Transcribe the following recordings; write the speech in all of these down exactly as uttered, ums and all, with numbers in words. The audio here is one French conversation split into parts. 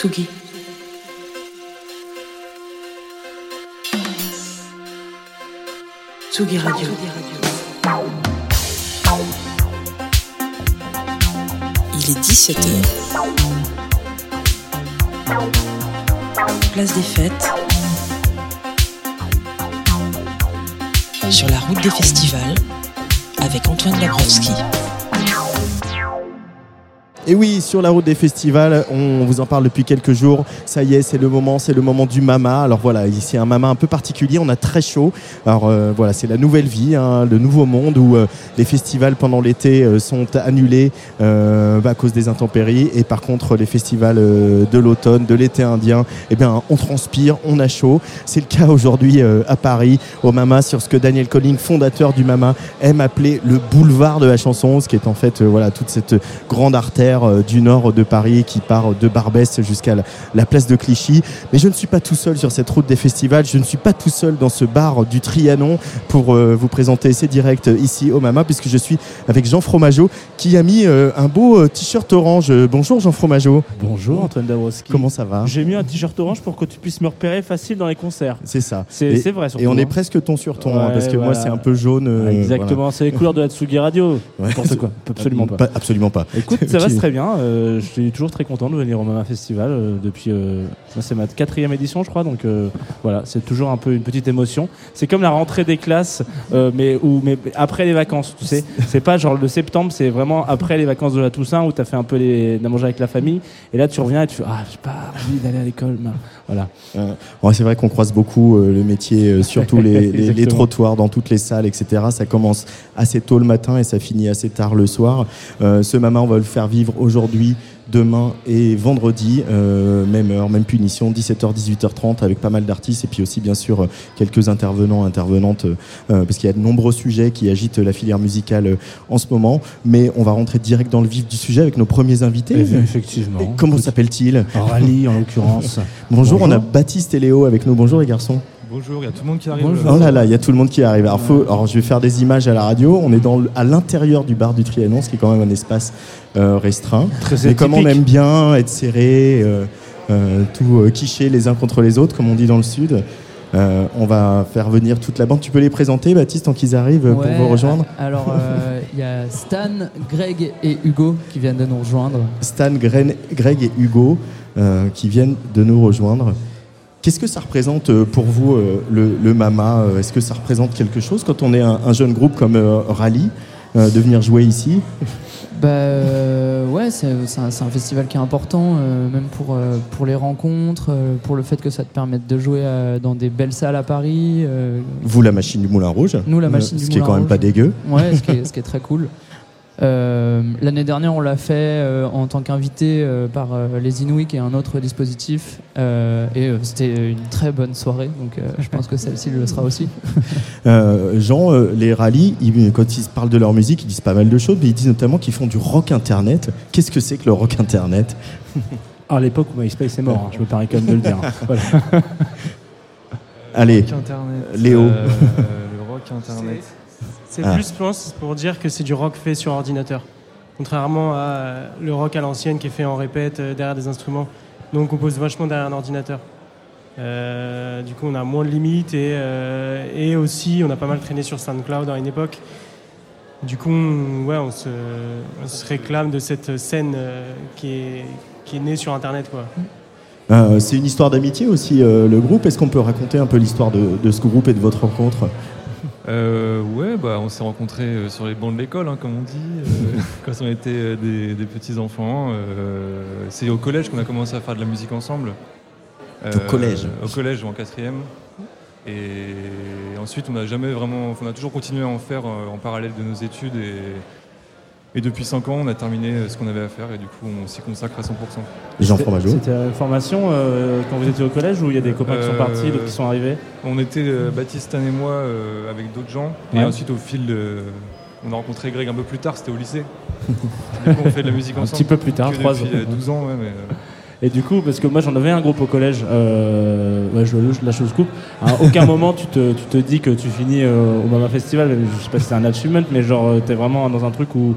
Tsugi. Tsugi Radio. Il est dix-sept heures. Place des Fêtes. Sur la route des festivals, avec Antoine Dabrowski. Et oui, sur la route des festivals, on vous en parle depuis quelques jours. Ça y est, c'est le moment, c'est le moment du Mama. Alors voilà, ici un Mama un peu particulier, on a très chaud. Alors euh, voilà, c'est la nouvelle vie, hein, le nouveau monde où euh, les festivals pendant l'été euh, sont annulés euh, à cause des intempéries. Et par contre, les festivals euh, de l'automne, de l'été indien, eh bien, on transpire, on a chaud. C'est le cas aujourd'hui euh, à Paris, au Mama, sur ce que Daniel Colling, fondateur du Mama, aime appeler le boulevard de la chanson, ce qui est en fait euh, voilà, toute cette grande artère du nord de Paris qui part de Barbès jusqu'à la, la place de Clichy. Mais je ne suis pas tout seul sur cette route des festivals, je ne suis pas tout seul dans ce bar du Trianon pour euh, vous présenter ces directs ici au Mama, puisque je suis avec Jean Fromageau qui a mis euh, un beau euh, t-shirt orange. Bonjour Jean Fromageau. Bonjour Antoine Dabrowski. Comment ça va ? J'ai mis un t-shirt orange pour que tu puisses me repérer facile dans les concerts. C'est ça. C'est, et, c'est vrai surtout. Et on hein. est presque ton sur ton, ouais, hein, parce que voilà. moi c'est un peu jaune. Euh, ouais, exactement, voilà. C'est les couleurs de la Tsugi Radio. Ouais. N'importe quoi, absolument pas. pas. Absolument pas. Écoute, ça va très bien. Euh, je suis toujours très content de venir au Mama Festival euh, depuis. Euh, c'est ma quatrième édition, je crois. Donc euh, voilà, c'est toujours un peu une petite émotion. C'est comme la rentrée des classes, euh, mais ou mais après les vacances. Tu sais, c'est pas genre le septembre, c'est vraiment après les vacances de la Toussaint où t'as fait un peu les, la manger avec la famille. Et là, tu reviens et tu fais ah, j'ai pas envie d'aller à l'école. Ben, voilà. Euh, ouais, c'est vrai qu'on croise beaucoup euh, le métier, euh, surtout les, les, les trottoirs dans toutes les salles, et cetera. Ça commence assez tôt le matin et ça finit assez tard le soir. Euh, ce Mama, on va le faire vivre aujourd'hui, demain et vendredi, euh, même heure, même punition, dix-sept heures, dix-huit heures trente, avec pas mal d'artistes et puis aussi bien sûr quelques intervenants, intervenantes, euh, parce qu'il y a de nombreux sujets qui agitent la filière musicale euh, en ce moment. Mais on va rentrer direct dans le vif du sujet avec nos premiers invités. Effectivement. Et comment s'appelle-t-il ? Rally en l'occurrence. Bonjour, Bonjour, on a Baptiste et Léo avec nous. Bonjour les garçons. Bonjour, il y a tout le monde qui arrive. Bonjour. Oh là là, il y a tout le monde qui arrive. Alors, faut, alors je vais faire des images à la radio. On est dans le, à l'intérieur du bar du Trianon, ce qui est quand même un espace euh, restreint. Très Mais comme on aime bien être serré, euh, euh, tout euh, quicher les uns contre les autres, comme on dit dans le sud, euh, on va faire venir toute la bande. Tu peux les présenter, Baptiste, tant qu'ils arrivent ouais, pour vous rejoindre ? Alors, il euh, y a Stan, Greg et Hugo qui viennent de nous rejoindre. Stan, Greg et Hugo euh, qui viennent de nous rejoindre. Qu'est-ce que ça représente pour vous, le, le Mama ? Est-ce que ça représente quelque chose quand on est un, un jeune groupe comme euh, Rally, euh, de venir jouer ici ? Bah euh, ouais, c'est, c'est, un, c'est un festival qui est important, euh, même pour, euh, pour les rencontres, euh, pour le fait que ça te permette de jouer euh, dans des belles salles à Paris. Euh, vous, la machine du Moulin Rouge. Nous, la machine euh, du ce Moulin Rouge. Ce qui est quand même pas dégueu. Ouais, ce qui est, ce qui est très cool. Euh, l'année dernière, on l'a fait euh, en tant qu'invité euh, par euh, les Inuits et un autre dispositif, euh, et euh, c'était une très bonne soirée, donc euh, je pense que celle-ci le sera aussi. euh, Jean, euh, les rallyes, ils, quand ils parlent de leur musique, ils disent pas mal de choses, mais ils disent notamment qu'ils font du rock internet. Qu'est-ce que c'est que le rock internet ? À l'époque où MySpace est mort, hein, je me permets quand même de le dire. Voilà. Allez, rock internet, Léo. Euh, le rock internet. C'est... C'est ah. plus, je pense, pour dire que c'est du rock fait sur ordinateur. Contrairement à euh, le rock à l'ancienne qui est fait en répète euh, derrière des instruments. Nous, on compose vachement derrière un ordinateur. Euh, du coup, on a moins de limites et, euh, et aussi, on a pas mal traîné sur SoundCloud à une époque. Du coup, on, ouais, on, se, on se réclame de cette scène euh, qui, est, qui est née sur Internet, quoi. Euh, c'est une histoire d'amitié aussi, euh, le groupe. Est-ce qu'on peut raconter un peu l'histoire de, de ce groupe et de votre rencontre ? Euh, ouais, bah, on s'est rencontrés euh, sur les bancs de l'école, hein, comme on dit, euh, quand on était euh, des, des petits enfants. Euh, c'est au collège qu'on a commencé à faire de la musique ensemble. Euh, au collège Au collège, en quatrième. Et ensuite, on n'a jamais vraiment, on a toujours continué à en faire euh, en parallèle de nos études. Et, et depuis cinq ans, on a terminé ce qu'on avait à faire et du coup, on s'y consacre à cent pour cent. Jean Fromageau. C'était une formation euh, quand vous étiez au collège ou il y a des copains qui sont partis, d'autres qui sont arrivés ? On était, euh, Baptiste, Stan et moi, euh, avec d'autres gens. Ouais. Et ensuite, au fil de... On a rencontré Greg un peu plus tard, c'était au lycée. Du coup, on fait de la musique ensemble. Un petit peu plus tard, trois ans. Depuis douze ans, ouais, mais... Euh... Et du coup, parce que moi j'en avais un groupe au collège, euh, ouais, je, je, la chose coupe. À aucun moment tu te, tu te dis que tu finis euh, au Mama Festival. Je sais pas si c'est un achievement, mais genre t'es vraiment dans un truc où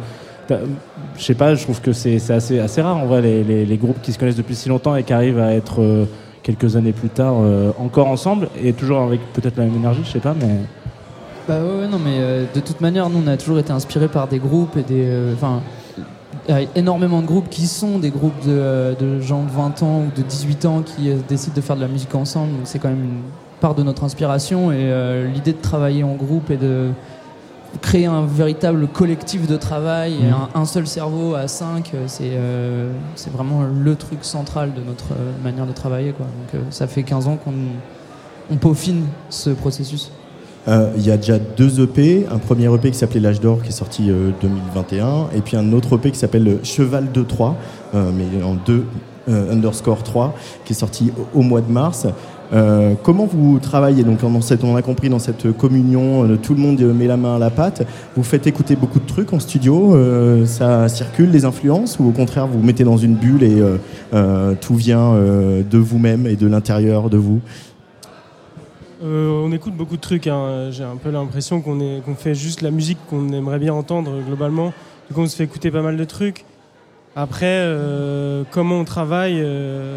je sais pas, je trouve que c'est, c'est assez, assez rare en vrai les, les, les groupes qui se connaissent depuis si longtemps et qui arrivent à être euh, quelques années plus tard euh, encore ensemble et toujours avec peut-être la même énergie, je sais pas, mais. Bah ouais, ouais non mais euh, de toute manière nous on a toujours été inspirés par des groupes et des, enfin. Euh, Il y a énormément de groupes qui sont des groupes de, euh, de gens de vingt ans ou de dix-huit ans qui euh, décident de faire de la musique ensemble. Donc c'est quand même une part de notre inspiration. Et euh, l'idée de travailler en groupe et de créer un véritable collectif de travail et un, un seul cerveau à cinq, c'est, euh, c'est vraiment le truc central de notre euh, manière de travailler, quoi. Donc euh, ça fait quinze ans qu'on on peaufine ce processus. Il euh, y a déjà deux E P, un premier E P qui s'appelait L'Âge d'Or qui est sorti euh, deux mille vingt et un et puis un autre E P qui s'appelle Cheval de trois, euh, mais en deux euh, underscore trois, qui est sorti au, au mois de mars. Euh, comment vous travaillez donc dans cette, on a compris dans cette communion, euh, tout le monde met la main à la pâte. Vous faites écouter beaucoup de trucs en studio, euh, ça circule les influences, ou au contraire vous vous mettez dans une bulle et euh, euh, tout vient euh, de vous-même et de l'intérieur de vous? Euh, on écoute beaucoup de trucs, hein. J'ai un peu l'impression qu'on, est, qu'on fait juste la musique qu'on aimerait bien entendre globalement. Du coup on se fait écouter pas mal de trucs. Après, euh, comment on travaille, il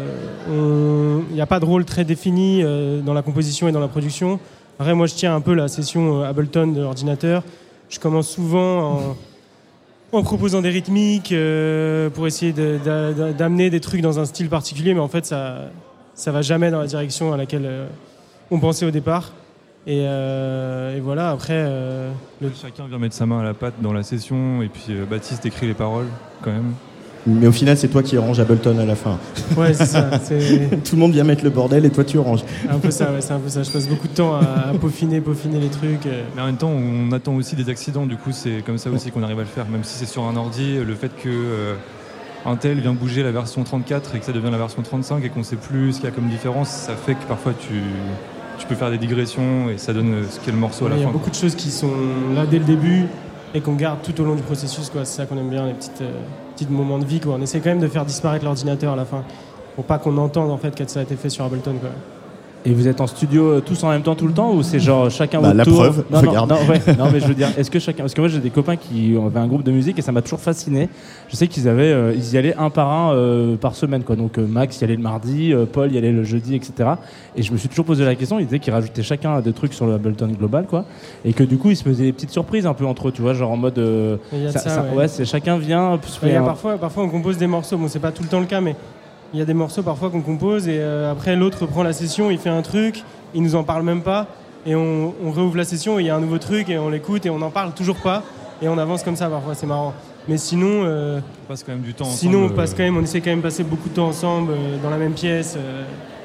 euh, n'y a pas de rôle très défini euh, dans la composition et dans la production. Après moi je tiens un peu la session Ableton de l'ordinateur. Je commence souvent en, en proposant des rythmiques euh, pour essayer de, de, d'amener des trucs dans un style particulier, mais en fait ça ça va jamais dans la direction à laquelle euh, on pensait au départ. Et, euh, et voilà, après... Euh, le... Chacun vient mettre sa main à la pâte dans la session, et puis euh, Baptiste écrit les paroles, quand même. Mais au final, c'est toi qui ranges Ableton à la fin. Ouais, c'est ça. C'est... Tout le monde vient mettre le bordel et toi tu ranges. Un peu ça, ouais, c'est un peu ça. Je passe beaucoup de temps à, à peaufiner, peaufiner les trucs. Mais en même temps, on attend aussi des accidents, du coup c'est comme ça aussi qu'on arrive à le faire. Même si c'est sur un ordi, le fait que... Euh, un tel vient bouger la version trente-quatre et que ça devient la version trente-cinq et qu'on sait plus ce qu'il y a comme différence, ça fait que parfois tu, tu peux faire des digressions et ça donne ce qu'est le morceau à la fin. Il y a fin. beaucoup de choses qui sont là dès le début et qu'on garde tout au long du processus, quoi. C'est ça qu'on aime bien, les petites, euh, petits moments de vie, quoi. On essaie quand même de faire disparaître l'ordinateur à la fin pour pas qu'on entende en fait que ça a été fait sur Ableton, quoi. Et vous êtes en studio euh, tous en même temps tout le temps, ou c'est genre chacun bah, votre tour? La preuve, non, regarde. Non, non, ouais, non, mais je veux dire, est-ce que chacun... Parce que moi j'ai des copains qui avaient un groupe de musique et ça m'a toujours fasciné. Je sais qu'ils avaient, euh, ils y allaient un par un euh, par semaine, quoi. Donc euh, Max y allait le mardi, euh, Paul y allait le jeudi, et cetera. Et je me suis toujours posé la question, ils disaient qu'ils rajoutaient chacun des trucs sur le Ableton global, quoi. Et que du coup ils se faisaient des petites surprises un peu entre eux, tu vois, genre en mode... Euh, il y a ça, ça, ça, ouais. ouais, c'est chacun vient... Il y a parfois, parfois on compose des morceaux, bon c'est pas tout le temps le cas, mais il y a des morceaux parfois qu'on compose et euh, après l'autre reprend la session, il fait un truc, il nous en parle même pas et on, on réouvre la session et il y a un nouveau truc et on l'écoute et on n'en parle toujours pas et on avance comme ça parfois, c'est marrant. Mais sinon, euh, on passe quand même du temps ensemble. Sinon on passe quand même, on essaie quand même de passer beaucoup de temps ensemble euh, dans la même pièce, euh,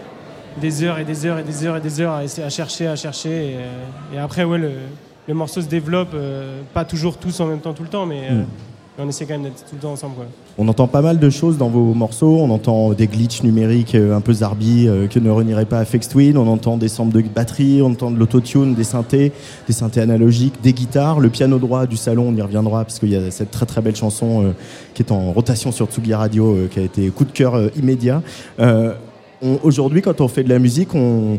des heures et des heures et des heures et des heures à essayer à chercher, à chercher et, euh, et après ouais le, le morceau se développe, euh, pas toujours tous en même temps tout le temps, mais euh, mm. on essaie quand même d'être tout le temps ensemble, quoi. On entend pas mal de choses dans vos morceaux. On entend des glitches numériques un peu zarbi euh, que ne renierait pas Aphex Twin. On entend des samples de batterie, on entend de l'autotune, des synthés, des synthés analogiques, des guitares, le piano droit du salon. On y reviendra parce qu'il y a cette très très belle chanson euh, qui est en rotation sur Tsugi Radio, euh, qui a été coup de cœur euh, immédiat. Euh, on, aujourd'hui, quand on fait de la musique, on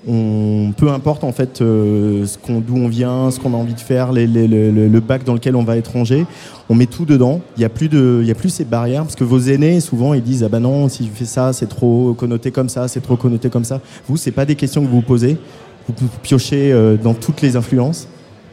On, peu importe en fait euh, ce qu'on, d'où on vient, ce qu'on a envie de faire, les, les, le, le bac dans lequel on va être rangé, on met tout dedans. Il n'y a plus de, il y a plus ces barrières parce que vos aînés souvent ils disent ah ben non si je fais ça c'est trop connoté comme ça, c'est trop connoté comme ça. Vous c'est pas des questions que vous vous posez, vous, vous piochez euh, dans toutes les influences.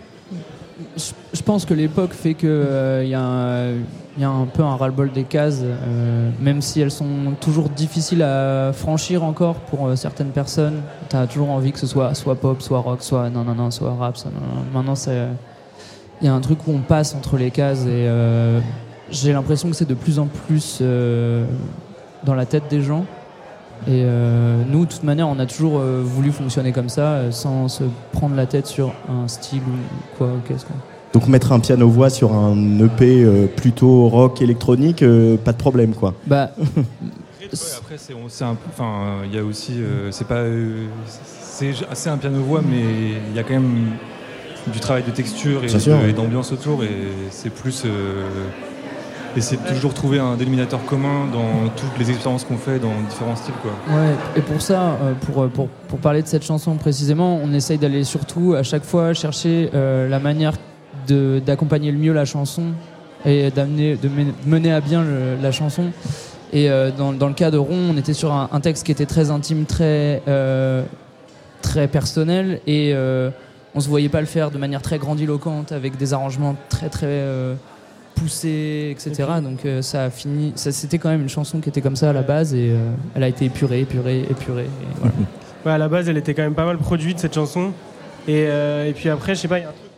Je, je pense que l'époque fait que il euh, y a un, il y a un peu un ras-le-bol des cases, euh, même si elles sont toujours difficiles à franchir encore pour euh, certaines personnes. Tu as toujours envie que ce soit soit pop, soit rock, soit non, non, non, soit rap. Soit, non, non. Maintenant, il y a un truc où on passe entre les cases et euh, j'ai l'impression que c'est de plus en plus euh, dans la tête des gens. Et euh, nous, de toute manière, on a toujours euh, voulu fonctionner comme ça, euh, sans se prendre la tête sur un style ou quoi. ou qu'est-ce que... Donc mettre un piano-voix sur un E P euh, plutôt rock électronique, euh, pas de problème, quoi. Bah, ouais, après, c'est, c'est un, enfin, il y a aussi, euh, c'est pas, euh, c'est assez un piano-voix, mais il y a quand même du travail de texture et, sûr, de, ouais. et d'ambiance autour, et c'est plus euh, essayer de toujours trouver un dénominateur commun dans toutes les expériences qu'on fait dans différents styles, quoi. Ouais, et pour ça, euh, pour, pour, pour parler de cette chanson précisément, on essaye d'aller surtout à chaque fois chercher euh, la manière De, d'accompagner le mieux la chanson et d'amener, de mener à bien le, la chanson. Et euh, dans, dans le cas de Rond, on était sur un, un texte qui était très intime, très, euh, très personnel, et euh, on se voyait pas le faire de manière très grandiloquente avec des arrangements très très euh, poussés, et cetera. Donc euh, ça a fini. Ça, c'était quand même une chanson qui était comme ça à la base, et euh, elle a été épurée, épurée, épurée. Et voilà. Ouais, à la base, elle était quand même pas mal produite cette chanson. Et, euh, et puis après, je sais pas, il y a un truc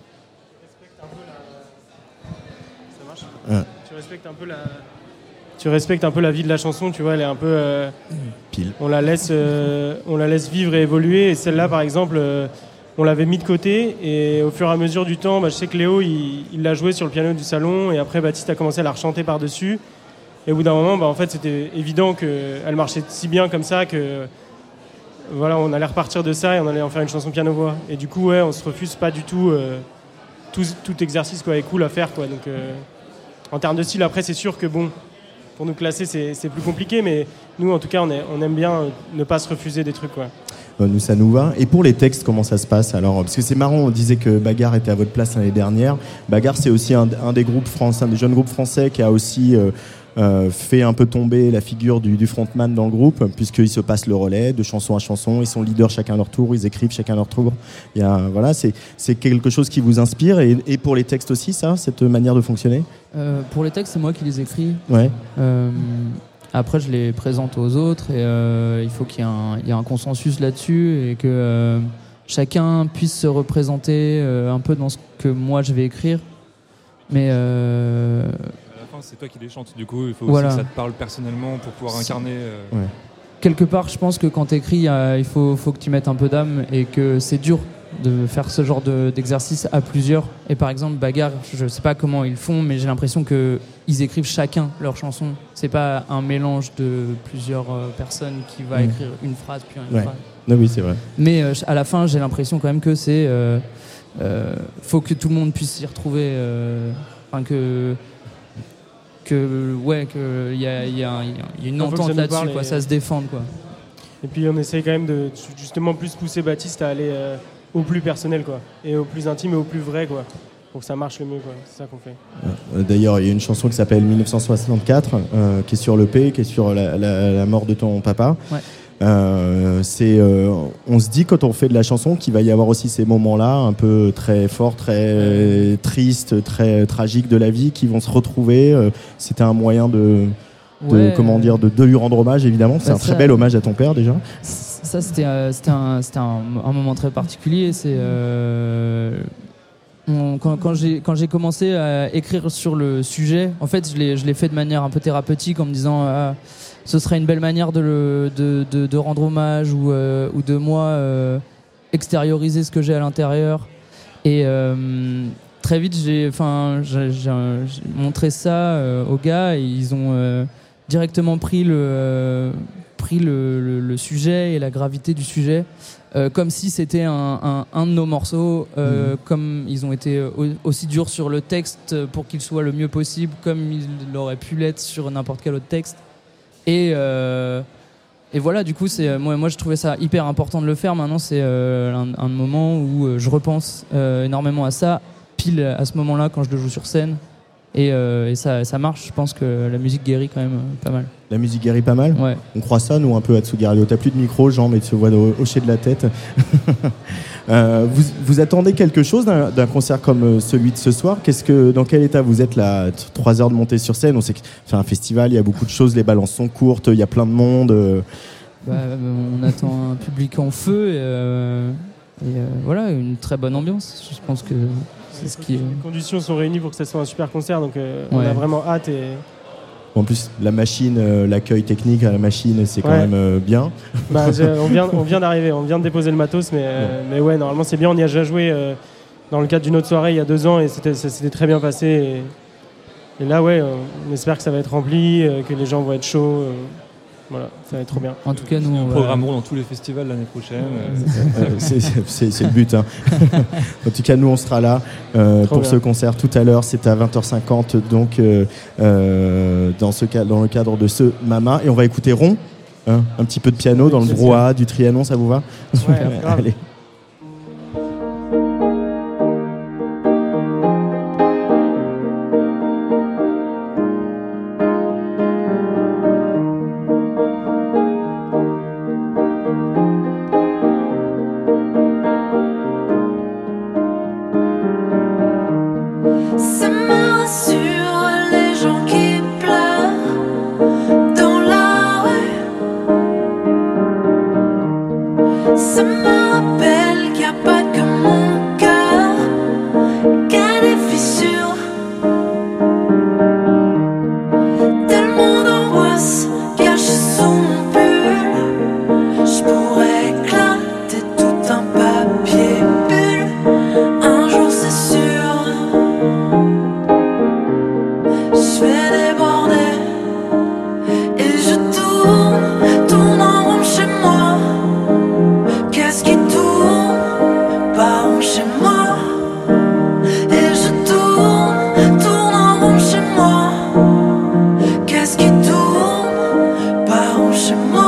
où on respecte un peu la. Ça marche. Ouais. Tu respectes un peu la. Tu respectes un peu la vie de la chanson, tu vois, elle est un peu. Euh... Pile. On la laisse, euh, on la laisse vivre et évoluer. Et celle-là, par exemple, euh, on l'avait mis de côté. Et au fur et à mesure du temps, bah, je sais que Léo, il, il l'a joué sur le piano du salon. Et après, Baptiste a commencé à la rechanter par-dessus. Et au bout d'un moment, bah, en fait, c'était évident qu'elle marchait si bien comme ça que. Voilà, on allait repartir de ça et on allait en faire une chanson piano-voix. Et du coup, ouais, on se refuse pas du tout. Euh, tout, tout exercice quoi, est cool à faire. Quoi. Donc, euh, en termes de style, après, c'est sûr que bon, pour nous classer, c'est, c'est plus compliqué. Mais nous, en tout cas, on, est, on aime bien euh, ne pas se refuser des trucs. Quoi. Euh, nous, ça nous va. Et pour les textes, comment ça se passe alors? Parce que c'est marrant, on disait que Bagarre était à votre place l'année dernière. Bagarre, c'est aussi un, un des groupes français, un des jeunes groupes français qui a aussi. Euh, Euh, fait un peu tomber la figure du, du frontman dans le groupe, puisqu'ils se passent le relais de chanson à chanson, ils sont leaders chacun à leur tour, ils écrivent chacun à leur tour. Il y a, voilà, c'est, c'est quelque chose qui vous inspire, et, et pour les textes aussi, ça, cette manière de fonctionner euh, Pour les textes, c'est moi qui les écris. Ouais. Euh, après, je les présente aux autres, et euh, il faut qu'il y ait un, il y ait un consensus là-dessus, et que euh, chacun puisse se représenter euh, un peu dans ce que moi je vais écrire. Mais... Euh, c'est toi qui les chantes, du coup il faut voilà. aussi que ça te parle personnellement pour pouvoir incarner euh... ouais. Quelque part, je pense que quand t'écris, il faut, faut que tu mettes un peu d'âme, et que c'est dur de faire ce genre de, d'exercice à plusieurs. Et par exemple, Bagarre, je sais pas comment ils font, mais j'ai l'impression qu'ils écrivent chacun leur chanson. C'est pas un mélange de plusieurs euh, personnes qui va mmh. écrire une phrase puis une ouais. phrase. Non, oui, c'est vrai. Mais euh, à la fin, j'ai l'impression quand même que c'est euh, euh, faut que tout le monde puisse s'y retrouver. Euh, enfin que que ouais que il y a il y, y a une entente là-dessus, quoi, et... ça se défende, quoi. Et puis on essaye quand même de justement plus pousser Baptiste à aller euh, au plus personnel, quoi, et au plus intime et au plus vrai, quoi, pour que ça marche le mieux, quoi. C'est ça qu'on fait. D'ailleurs, il y a une chanson qui s'appelle dix-neuf cent soixante-quatre euh, qui est sur l'E P, qui est sur la, la, la mort de ton papa. Ouais. Euh, c'est, euh, on se dit quand on fait de la chanson qu'il va y avoir aussi ces moments-là un peu très forts, très tristes, très tragiques de la vie qui vont se retrouver. Euh, c'était un moyen de, de ouais. comment dire, de, de lui rendre hommage, évidemment. C'est bah, un ça, très bel hommage à ton père déjà. Ça, c'était, euh, c'était, un, c'était un, un moment très particulier. C'est euh, on, quand, quand j'ai quand j'ai commencé à écrire sur le sujet, en fait, je l'ai je l'ai fait de manière un peu thérapeutique en me disant. Ah, ce serait une belle manière de, le, de, de, de rendre hommage ou, euh, ou de moi euh, extérioriser ce que j'ai à l'intérieur. Et euh, très vite, j'ai, j'ai, j'ai montré ça euh, aux gars, et ils ont euh, directement pris, le, euh, pris le, le, le sujet et la gravité du sujet euh, comme si c'était un, un, un de nos morceaux, euh, mmh. comme ils ont été aussi durs sur le texte pour qu'il soit le mieux possible, comme il aurait pu l'être sur n'importe quel autre texte. Et, euh, et voilà, du coup, c'est, moi, moi je trouvais ça hyper important de le faire. Maintenant, c'est euh, un, un moment où je repense euh, énormément à ça, pile à ce moment-là, quand je le joue sur scène. Et, euh, et ça, ça marche. Je pense que la musique guérit quand même pas mal. La musique guérit pas mal. Ouais. On croit ça, nous, un peu à Tsugario. T'as plus de micro, Jean, mais tu te vois hocher de la tête. euh, vous, vous attendez quelque chose d'un, d'un concert comme celui de ce soir? Qu'est-ce que, dans quel état vous êtes là? Trois heures de montée sur scène. On sait que c'est un festival, il y a beaucoup de choses, les balances sont courtes, il y a plein de monde. Euh... Bah, on attend un public en feu et, euh, et euh, voilà, une très bonne ambiance. Je pense que c'est ce qui. Les conditions sont réunies pour que ça soit un super concert, donc euh, ouais. on a vraiment hâte. Et en plus, la machine, euh, l'accueil technique à la machine, c'est quand ouais. même euh, bien. Bah, je, on, vient, on vient d'arriver, on vient de déposer le matos, mais, euh, ouais. mais ouais, normalement c'est bien. On y a déjà joué euh, dans le cadre d'une autre soirée il y a deux ans et c'était, ça s'était très bien passé. Et, et là, ouais, on espère que ça va être rempli, euh, que les gens vont être chauds. Euh, voilà, ça va être trop bien. En tout cas, nous, on va... programmerons dans tous les festivals l'année prochaine. euh, c'est, c'est, c'est le but. Hein. En tout cas, nous, on sera là euh, pour bien. Ce concert tout à l'heure. C'est à vingt heures cinquante, donc euh, euh, dans, ce cas, dans le cadre de ce Mama. Et on va écouter Rond, hein, un petit peu de piano dans le brouhaha du Trianon, ça vous va? Ouais, allez. je fais déborder. Et je tourne, tourne en rond chez moi. Qu'est-ce qui tourne, pas rond chez moi. Et je tourne, tourne en rond chez moi. Qu'est-ce qui tourne, pas rond chez moi.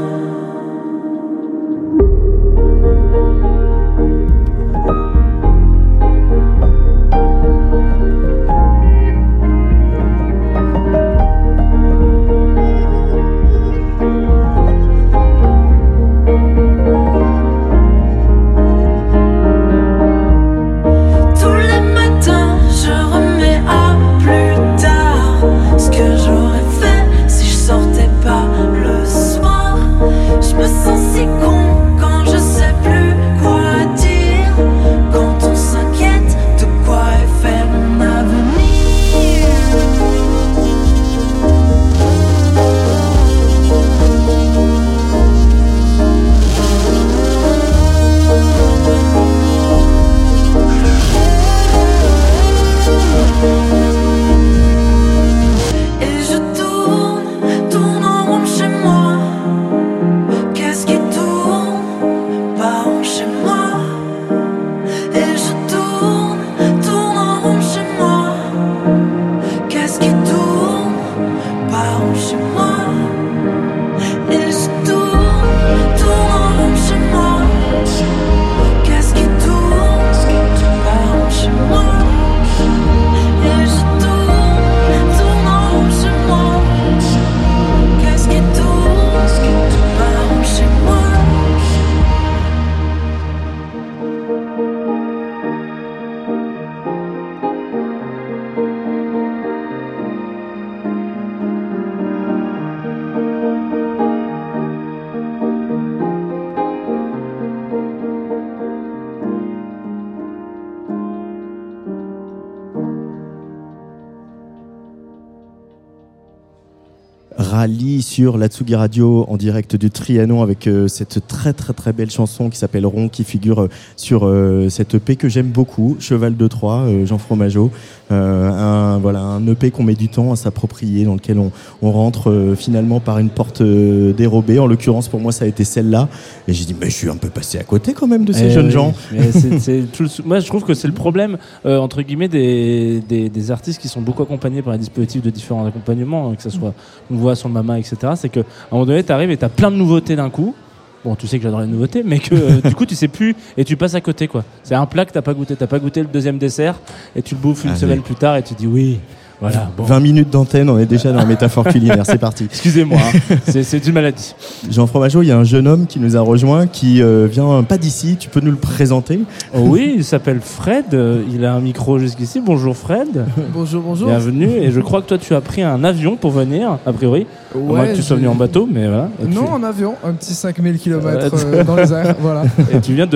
Rallye sur la Tsugi Radio en direct du Trianon avec euh, cette très très très belle chanson qui s'appelle Rond, qui figure euh, sur euh, cette E P que j'aime beaucoup, Cheval de Troie, euh, Jean Fromageau. Euh, un, voilà, un E P qu'on met du temps à s'approprier, dans lequel on, on rentre euh, finalement par une porte euh, dérobée. En l'occurrence, pour moi, ça a été celle-là. Et j'ai dit, mais je suis un peu passé à côté quand même de ces eh jeunes oui, gens. Mais c'est, c'est tout le, moi, je trouve que c'est le problème, euh, entre guillemets, des, des, des artistes qui sont beaucoup accompagnés par des dispositifs de différents accompagnements, hein, que ce soit une voix sur le Mama, et cetera. C'est qu'à un moment donné, tu arrives et tu as plein de nouveautés d'un coup. Bon, tu sais que j'adore les nouveautés, mais que euh, du coup, tu sais plus et tu passes à côté, quoi. C'est un plat que t'as pas goûté. T'as pas goûté le deuxième dessert et tu le bouffes une Allez. semaine plus tard et tu dis oui. Voilà, bon. vingt minutes d'antenne, on est déjà dans la métaphore culinaire, c'est parti. Excusez-moi, hein. c'est, c'est une maladie. Jean Fromageau, il y a un jeune homme qui nous a rejoint, qui euh, vient pas d'ici, tu peux nous le présenter? Oh oui, il s'appelle Fred, euh, il a un micro jusqu'ici. Bonjour Fred. Bonjour, bonjour. Bienvenue, et je crois que toi tu as pris un avion pour venir, a priori. À moins que tu sois venu en bateau, mais voilà. Et Non, tu... en avion, un petit cinq mille kilomètres Euh, euh, dans les airs, voilà. Et tu viens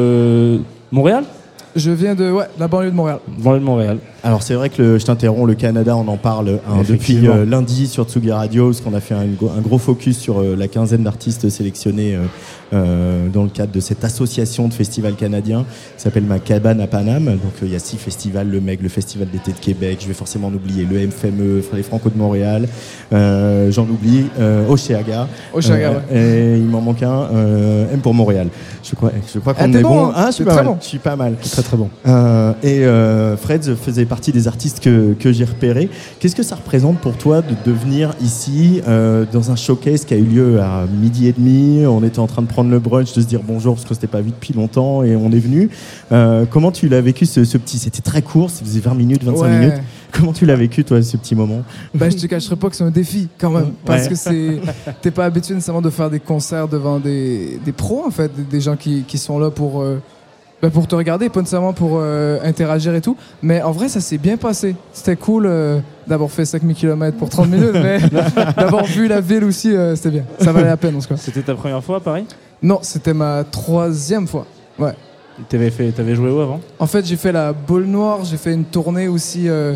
de Montréal? Je viens de, ouais, de la banlieue de Montréal. Banlieue de Montréal. Alors c'est vrai que le, je t'interromps, le Canada, on en parle hein, depuis euh, lundi sur Tsugi Radio, parce qu'on a fait un, un gros focus sur euh, la quinzaine d'artistes sélectionnés euh, euh, dans le cadre de cette association de festivals canadiens qui s'appelle Ma Cabane à Paname. Donc il euh, y a six festivals, le M E G, le Festival d'été de Québec, je vais forcément en oublier, le F M E, les Franco de Montréal, euh, j'en oublie, euh, Oceaga. Oceaga, euh, ouais. Et il m'en manque un, euh, M pour Montréal. Je crois, je crois qu'on Ah, t'es est bon, bon. hein. Ah, je suis T'es pas très mal. bon. Je suis pas mal. Très très bon. Euh, et euh, Fred faisait partie des artistes que, que j'ai repérés. Qu'est-ce que ça représente pour toi de, de venir ici euh, dans un showcase qui a eu lieu à midi et demi? On était en train de prendre le brunch, de se dire bonjour parce qu'on s'était pas vu depuis longtemps et on est venu. Euh, comment tu l'as vécu ce, ce petit? C'était très court, ça faisait vingt minutes, vingt-cinq Ouais. minutes. Comment tu l'as vécu toi ce petit moment? Bah, je te cacherai pas que c'est un défi quand même, parce Ouais. que c'est, t'es pas habitué nécessairement de faire des concerts devant des, des pros en fait, des, des gens qui, qui sont là pour, euh, bah, pour te regarder, pas nécessairement pour euh, interagir et tout. Mais en vrai, ça s'est bien passé. C'était cool euh, d'avoir fait cinq mille kilomètres pour trente minutes, mais d'avoir vu la ville aussi, euh, c'était bien. Ça valait la peine en tout cas. C'était ta première fois à Paris? Non, c'était ma troisième fois. Ouais. T'avais, fait, t'avais joué où avant? En fait, j'ai fait la Boule Noire, j'ai fait une tournée aussi euh,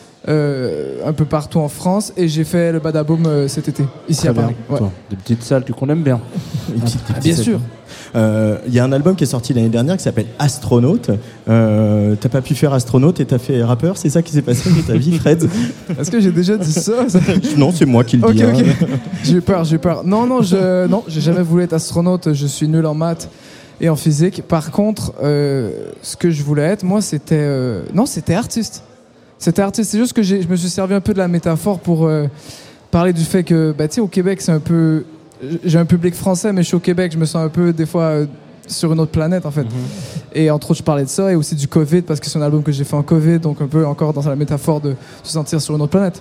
euh, un peu partout en France et j'ai fait le Badaboom euh, cet été, ici Très à bien. Paris. Ouais. Toi, des petites salles qu'on aime bien. Une petite- Ah, bien petite- sûr. Euh, Il y a un album qui est sorti l'année dernière qui s'appelle Astronaute. Euh, t'as pas pu faire astronaute et t'as fait rappeur, c'est ça qui s'est passé dans ta vie, Fred? Est-ce que j'ai déjà dit ça, ça... Non, c'est moi qui le Ok, dis. ok. Hein. J'ai eu peur, j'ai eu peur. Non, non, je, non, j'ai jamais voulu être astronaute. Je suis nul en maths et en physique. Par contre, euh, ce que je voulais être, moi, c'était, euh, non, c'était artiste. C'était artiste. C'est juste que j'ai, je me suis servi un peu de la métaphore pour euh, parler du fait que, bah, tu sais, au Québec, c'est un peu, j'ai un public français, mais je suis au Québec, je me sens un peu des fois euh, sur une autre planète, en fait. Mm-hmm. Et entre autres, je parlais de ça et aussi du Covid parce que c'est un album que j'ai fait en Covid, donc un peu encore dans la métaphore de se sentir sur une autre planète.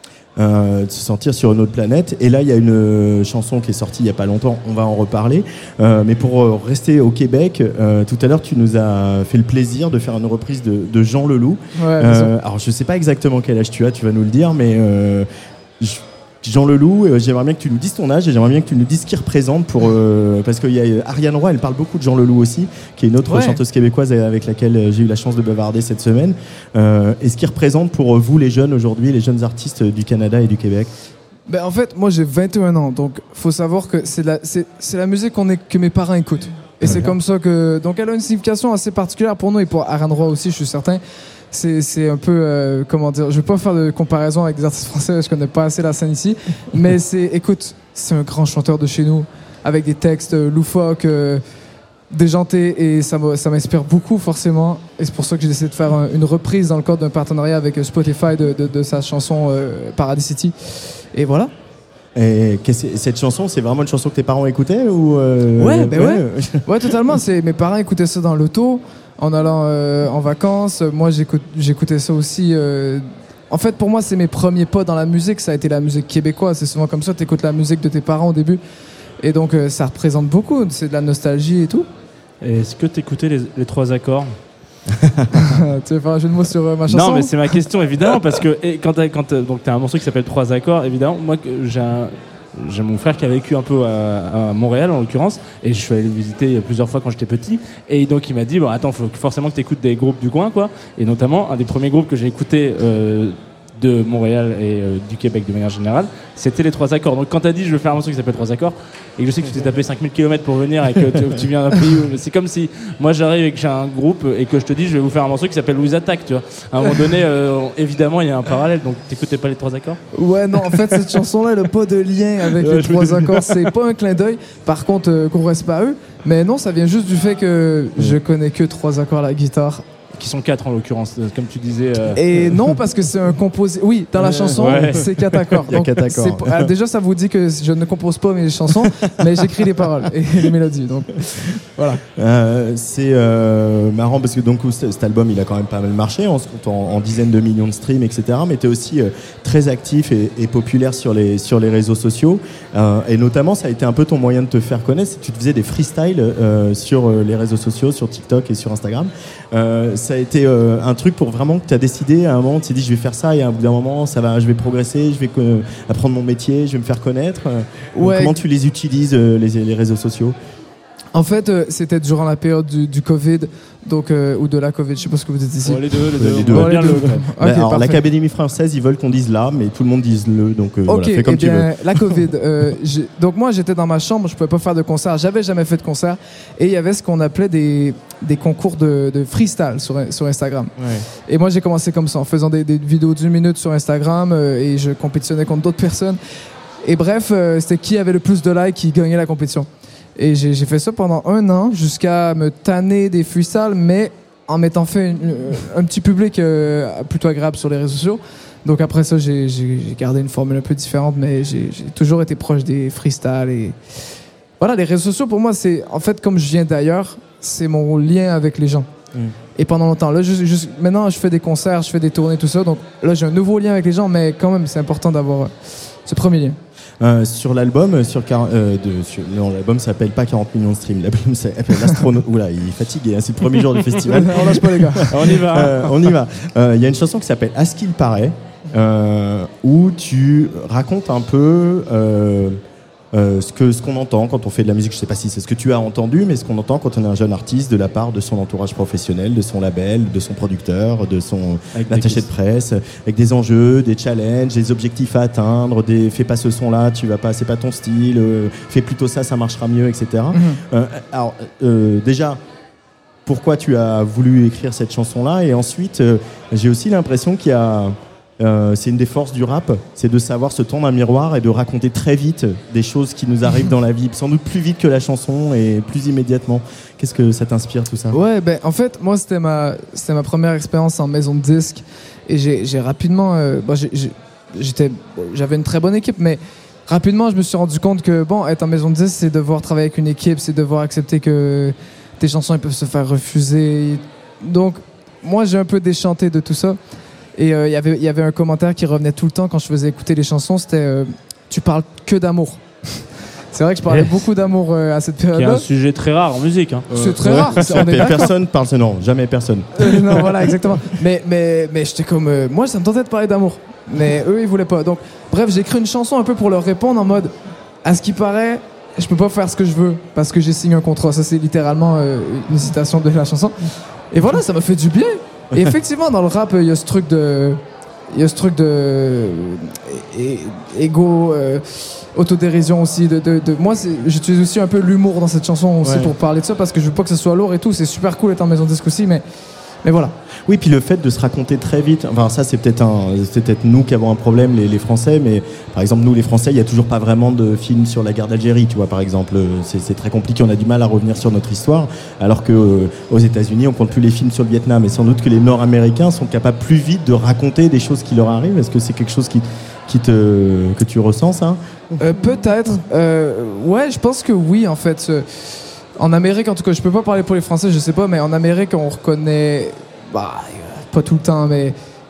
Euh, de se sentir sur une autre planète. Et là, il y a une euh, chanson qui est sortie il n'y a pas longtemps, on va en reparler. Euh, mais pour euh, rester au Québec, euh, tout à l'heure, tu nous as fait le plaisir de faire une reprise de, de Jean Leloup. Ouais, euh, alors, je ne sais pas exactement quel âge tu as, tu vas nous le dire, mais euh, je... Jean Leloup, euh, j'aimerais bien que tu nous dises ton âge et j'aimerais bien que tu nous dises ce qu'il représente pour, euh, parce qu'il y a Ariane Roy, elle parle beaucoup de Jean Leloup aussi, qui est une autre ouais. chanteuse québécoise avec laquelle j'ai eu la chance de bavarder cette semaine. Euh, et ce qu'il représente pour vous les jeunes aujourd'hui, les jeunes artistes du Canada et du Québec? Ben, en fait, moi j'ai vingt et un ans, donc faut savoir que c'est la, c'est, c'est la musique qu'on est, que mes parents écoutent. Et c'est comme ça que... Donc elle a une signification assez particulière pour nous et pour Ariane Roy aussi, je suis certain. C'est, c'est un peu, euh, comment dire, je vais pas faire de comparaison avec des artistes français, je connais pas assez la scène ici, mais c'est, écoute, c'est un grand chanteur de chez nous, avec des textes euh, loufoques, euh, déjantés, et ça, ça m'inspire beaucoup forcément, et c'est pour ça que j'ai décidé de faire un, une reprise dans le cadre d'un partenariat avec Spotify de, de, de sa chanson euh, Paradis City, et voilà. Et cette chanson, c'est vraiment une chanson que tes parents écoutaient ou euh, ouais, ben ouais, ouais, ouais, totalement. C'est mes parents écoutaient ça dans l'auto, en allant euh, en vacances. Moi, j'écoute, j'écoutais ça aussi. Euh... En fait, pour moi, c'est mes premiers pas dans la musique. Ça a été la musique québécoise. C'est souvent comme ça. T'écoutes la musique de tes parents au début, et donc euh, ça représente beaucoup. C'est de la nostalgie et tout. Et est-ce que t'écoutais les, les trois accords? Tu veux faire un jeu de mots sur euh, ma chanson? Non, mais c'est ma question évidemment parce que et quand t'as, quand t'as, donc t'as un morceau qui s'appelle Trois accords, évidemment. Moi, j'ai un, j'ai mon frère qui a vécu un peu à, à Montréal en l'occurrence, et je suis allé le visiter plusieurs fois quand j'étais petit. Et donc il m'a dit bon attends, faut forcément que t'écoutes des groupes du coin, quoi. Et notamment un des premiers groupes que j'ai écouté euh, de Montréal et euh, du Québec de manière générale, c'était les Trois accords. Donc quand t'as dit je vais faire un morceau qui s'appelle Trois accords, et que je sais que tu t'es tapé cinq mille kilomètres pour venir et que tu, tu viens d'un pays où c'est comme si moi j'arrive et que j'ai un groupe et que je te dis je vais vous faire un morceau qui s'appelle Louise Attaque, tu vois. À un moment donné, euh, évidemment il y a un parallèle, donc t'écoutais pas les Trois accords? Ouais, non, en fait cette chanson-là elle a pas de lien avec ouais, les Trois accords, c'est pas un clin d'œil. Par contre, euh, qu'on reste pas à eux, mais non, ça vient juste du fait que je connais que trois accords à la guitare. Qui sont quatre en l'occurrence, comme tu disais. Euh... Et non, parce que c'est un composé. Oui, dans la chanson, ouais. C'est quatre accords. Il y a quatre accords. C'est... Alors, déjà, ça vous dit que je ne compose pas mes chansons, mais j'écris les paroles et les mélodies. Donc, voilà. Euh, c'est euh, marrant parce que donc cet album, il a quand même pas mal marché, on se compte en, en dizaines de millions de streams, et cetera. Mais tu es aussi euh, très actif et, et populaire sur les, sur les réseaux sociaux. Euh, et notamment, ça a été un peu ton moyen de te faire connaître. Tu te faisais des freestyles euh, sur les réseaux sociaux, sur TikTok et sur Instagram. Euh, ça a été euh, un truc pour vraiment que tu as décidé à un moment, tu t'es dit je vais faire ça, et à un bout d'un moment ça va, je vais progresser, je vais euh, apprendre mon métier, je vais me faire connaître. Ouais. Comment tu les utilises, euh, les, les réseaux sociaux? En fait, euh, c'était durant la période du, du Covid, donc, euh, ou de la Covid, je sais pas ce que vous dites ici. Oh, les deux, les deux. Les deux. Oh, les deux. Okay, alors, l'Académie française, ils veulent qu'on dise là, mais tout le monde dise le, donc euh, okay, voilà, fais comme eh bien, tu veux. La Covid, euh, j'ai... donc moi j'étais dans ma chambre, je pouvais pas faire de concert, j'avais jamais fait de concert, et il y avait ce qu'on appelait des, des concours de, de freestyle sur, sur Instagram. Ouais. Et moi j'ai commencé comme ça, en faisant des, des vidéos d'une minute sur Instagram, euh, et je compétitionnais contre d'autres personnes. Et bref, euh, c'était qui avait le plus de likes qui gagnait la compétition. Et j'ai, j'ai fait ça pendant un an jusqu'à me tanner des freestyles, mais en m'étant fait une, un petit public euh, plutôt agréable sur les réseaux sociaux. Donc après ça, j'ai, j'ai, j'ai gardé une formule un peu différente, mais j'ai, j'ai toujours été proche des freestyles. Et voilà, les réseaux sociaux pour moi, c'est en fait comme je viens d'ailleurs, c'est mon lien avec les gens. Mm. Et pendant longtemps, là, juste, juste, maintenant, je fais des concerts, je fais des tournées, tout ça. Donc là, j'ai un nouveau lien avec les gens, mais quand même, c'est important d'avoir ce premier lien. Euh, sur l'album, sur, euh, de, sur non, l'album s'appelle pas quarante millions de streams, l'album s'appelle Astronaute. Oula, il est fatigué, hein, c'est le premier jour du festival. On lâche pas les gars. On y va. Euh, on y va. Il euh, y a une chanson qui s'appelle À ce qu'il paraît, euh, où tu racontes un peu. Euh, euh, ce que ce qu'on entend quand on fait de la musique. Je sais pas si c'est ce que tu as entendu, mais ce qu'on entend quand on est un jeune artiste de la part de son entourage professionnel, de son label, de son producteur, de son Avec attaché des- de presse, avec des enjeux, des challenges, des objectifs à atteindre, des fais pas ce son-là, tu vas pas, c'est pas ton style, euh, fais plutôt ça, ça marchera mieux, et cetera. Mhm. Euh, alors euh, déjà, pourquoi tu as voulu écrire cette chanson-là? Et ensuite, euh, j'ai aussi l'impression qu'il y a euh, c'est une des forces du rap, c'est de savoir se tendre un miroir et de raconter très vite des choses qui nous arrivent dans la vie, sans doute plus vite que la chanson et plus immédiatement. Qu'est-ce que ça t'inspire tout ça? Ouais, ben en fait, moi c'était ma c'était ma première expérience en maison de disque et j'ai j'ai rapidement euh, bon, j'ai- j'ai- j'étais j'avais une très bonne équipe, mais rapidement je me suis rendu compte que bon, être en maison de disque, c'est devoir travailler avec une équipe, c'est devoir accepter que tes chansons elles peuvent se faire refuser. Donc moi j'ai un peu déchanté de tout ça. Et euh, il y avait il y avait un commentaire qui revenait tout le temps quand je faisais écouter les chansons, c'était euh, tu parles que d'amour. C'est vrai que je parlais Yes. beaucoup d'amour euh, à cette Qui est période-là. un sujet très rare en musique. Hein. C'est très Ouais. rare, c'est- on est d'accord. Personne parle, non, jamais personne. Euh, non, voilà, exactement. Mais, mais, mais j'étais comme. euh, moi, ça me tentait de parler d'amour. Mais eux, ils voulaient pas. Donc, bref, j'ai écrit une chanson un peu pour leur répondre en mode à ce qui paraît, je peux pas faire ce que je veux parce que j'ai signé un contrat. Ça, c'est littéralement euh, une citation de la chanson. Et voilà, ça m'a fait du bien. Et effectivement, dans le rap, il y a ce truc de. Il y a ce truc de. é- égo. euh, autodérision aussi. De, de, de- moi, c'est- j'utilise aussi un peu l'humour dans cette chanson aussi Ouais. pour parler de ça parce que je veux pas que ce soit lourd et tout. C'est super cool d'être en maison de disque aussi, mais, mais voilà. Oui, puis le fait de se raconter très vite, enfin ça c'est peut-être un, c'est peut-être nous qui avons un problème, les, les Français, mais par exemple nous les Français, il y a toujours pas vraiment de films sur la guerre d'Algérie, tu vois par exemple, c'est, c'est très compliqué, on a du mal à revenir sur notre histoire, alors que euh, aux États-Unis on compte plus les films sur le Vietnam, et sans doute que les Nord-Américains sont capables plus vite de raconter des choses qui leur arrivent. Est-ce que c'est quelque chose qui, qui te, que tu ressens ça? Euh, peut-être. Euh, ouais, je pense que oui, en fait. Euh, En Amérique, en tout cas, je peux pas parler pour les Français, je sais pas, mais en Amérique, on reconnaît. Bah, euh, pas tout le temps, mais.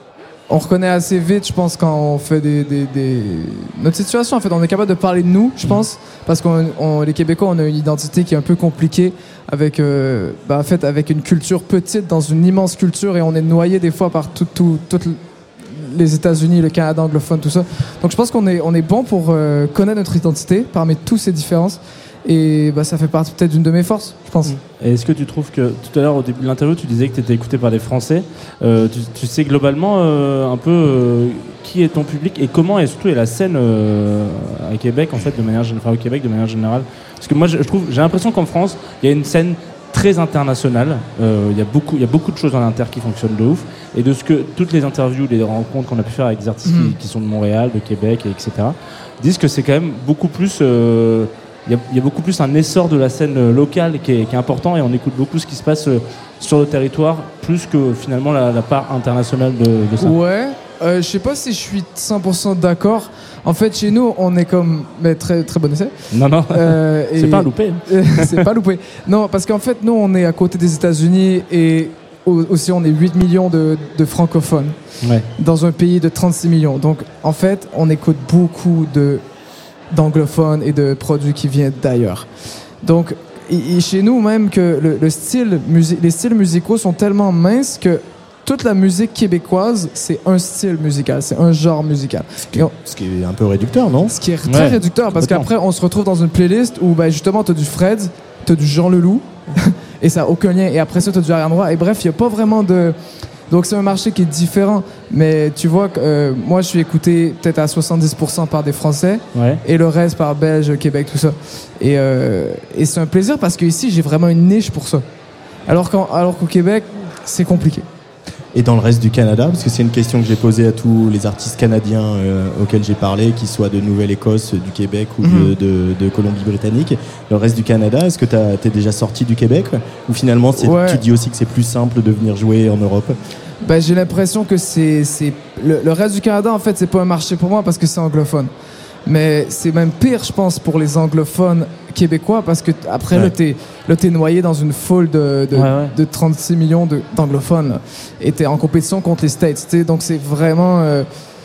On reconnaît assez vite, je pense, quand on fait des, des, des- notre situation, en fait, on est capable de parler de nous, je pense, parce qu'on, on- les Québécois, on a une identité qui est un peu compliquée, avec, euh, bah, en fait, avec une culture petite dans une immense culture, et on est noyé des fois par tout, tout, toutes les États-Unis, le Canada anglophone, tout ça. Donc, je pense qu'on est, on est bon pour euh, connaître notre identité parmi toutes ces différences, et bah, ça fait partie peut-être d'une de mes forces, je pense. Et est-ce que tu trouves que tout à l'heure au début de l'interview tu disais que tu étais écouté par des Français, euh, tu, tu sais globalement euh, un peu euh, qui est ton public et comment et surtout est la scène euh, à Québec en fait de manière gén- enfin, au Québec de manière générale, parce que moi je, je trouve j'ai l'impression qu'en France il y a une scène très internationale, euh, il y a beaucoup il y a beaucoup de choses en inter qui fonctionnent de ouf, et de ce que toutes les interviews, les rencontres qu'on a pu faire avec des artistes Mhm. qui, qui sont de Montréal, de Québec, et etc disent que c'est quand même beaucoup plus euh, il y, a, il y a beaucoup plus un essor de la scène euh, locale qui est, qui est important, et on écoute beaucoup ce qui se passe euh, sur le territoire plus que finalement la, la part internationale de, de ça. Ouais, euh, je sais pas si je suis cent pour cent d'accord. En fait, chez nous, on est comme. Mais très, très bon essai. Non, non, Euh, c'est et- pas un loupé. hein. C'est pas loupé. Non, parce qu'en fait, nous, on est à côté des États-Unis et au- aussi, on est huit millions de, de francophones Ouais. dans un pays de trente-six millions. Donc, en fait, on écoute beaucoup de d'anglophones et de produits qui viennent d'ailleurs. Donc, et, et chez nous même que le, le style musi- les styles musicaux sont tellement minces que toute la musique québécoise, c'est un style musical, c'est un genre musical. Et on- Ce qui est un peu réducteur, non? ce qui est très Ouais, réducteur parce complètement. qu'après on se retrouve dans une playlist où ben, justement t'as du Fred, t'as du Jean Leloup et ça n'a aucun lien, et après ça t'as du Ariane Roy, et bref il n'y a pas vraiment de... Donc c'est un marché qui est différent, mais tu vois que euh, moi je suis écouté peut-être à soixante-dix pour cent par des Français Ouais. et le reste par Belges, Québec, tout ça. Et, euh, et c'est un plaisir parce qu'ici j'ai vraiment une niche pour ça. Alors qu'en- alors qu'au Québec c'est compliqué. Et dans le reste du Canada, parce que c'est une question que j'ai posée à tous les artistes canadiens euh, auxquels j'ai parlé, qu'ils soient de Nouvelle-Écosse, du Québec ou de, Mhm. de- de Colombie-Britannique. Le reste du Canada, est-ce que tu es déjà sorti du Québec? Ou finalement, c'est- Ouais. tu dis aussi que c'est plus simple de venir jouer en Europe? Ben, j'ai l'impression que c'est, c'est le, le reste du Canada, en fait, c'est pas un marché pour moi parce que c'est anglophone. Mais c'est même pire, je pense, pour les anglophones québécois parce que t- après, Ouais. là, t'es, là, t'es noyé dans une foule de, de, Ouais, ouais. de trente-six millions de, d'anglophones. Là. Et t'es en compétition contre les States. Tu sais. Donc, c'est vraiment. euh,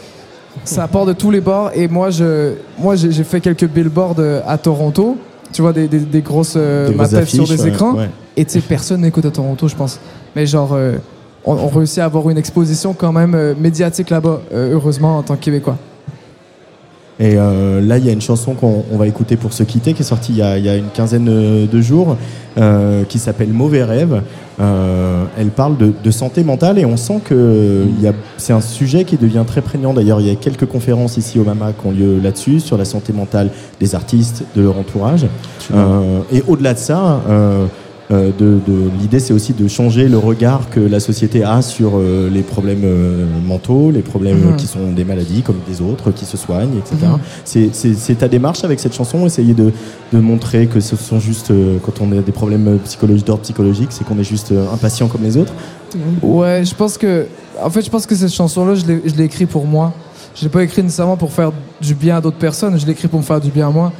ça part de tous les bords. Et moi, je, moi j'ai, j'ai fait quelques billboards euh, à Toronto. Tu vois, des, des, des grosses euh, Des ma grosses tête sur affiches, des ouais, écrans. ouais. Et tu sais, personne n'écoute à Toronto, je pense. Mais genre, euh, on, on réussit à avoir une exposition quand même euh, médiatique là-bas, euh, heureusement, en tant que Québécois. Et euh, là, il y a une chanson qu'on on va écouter pour se quitter, qui est sortie il y a, il y a une quinzaine de jours, euh, qui s'appelle Mauvais rêve. Euh, elle parle de, de santé mentale et on sent que il y a, c'est un sujet qui devient très prégnant. D'ailleurs, il y a quelques conférences ici au MAMA qui ont lieu là-dessus, sur la santé mentale des artistes, de leur entourage. Euh, et au-delà de ça, euh, euh, de, de, l'idée, c'est aussi de changer le regard que la société a sur euh, les problèmes euh, mentaux, les problèmes mmh. qui sont des maladies comme des autres, qui se soignent, et cetera. Mmh. C'est, c'est, c'est ta démarche avec cette chanson, essayer de, de montrer que ce sont juste, euh, quand on a des problèmes psychologiques, d'ordre psychologique, c'est qu'on est juste euh, impatient comme les autres. Ouais, je pense que, en fait, je pense que cette chanson-là, je l'ai, je l'ai écrite pour moi. Je l'ai pas écrite nécessairement pour faire du bien à d'autres personnes, je l'ai écrite pour me faire du bien à moi.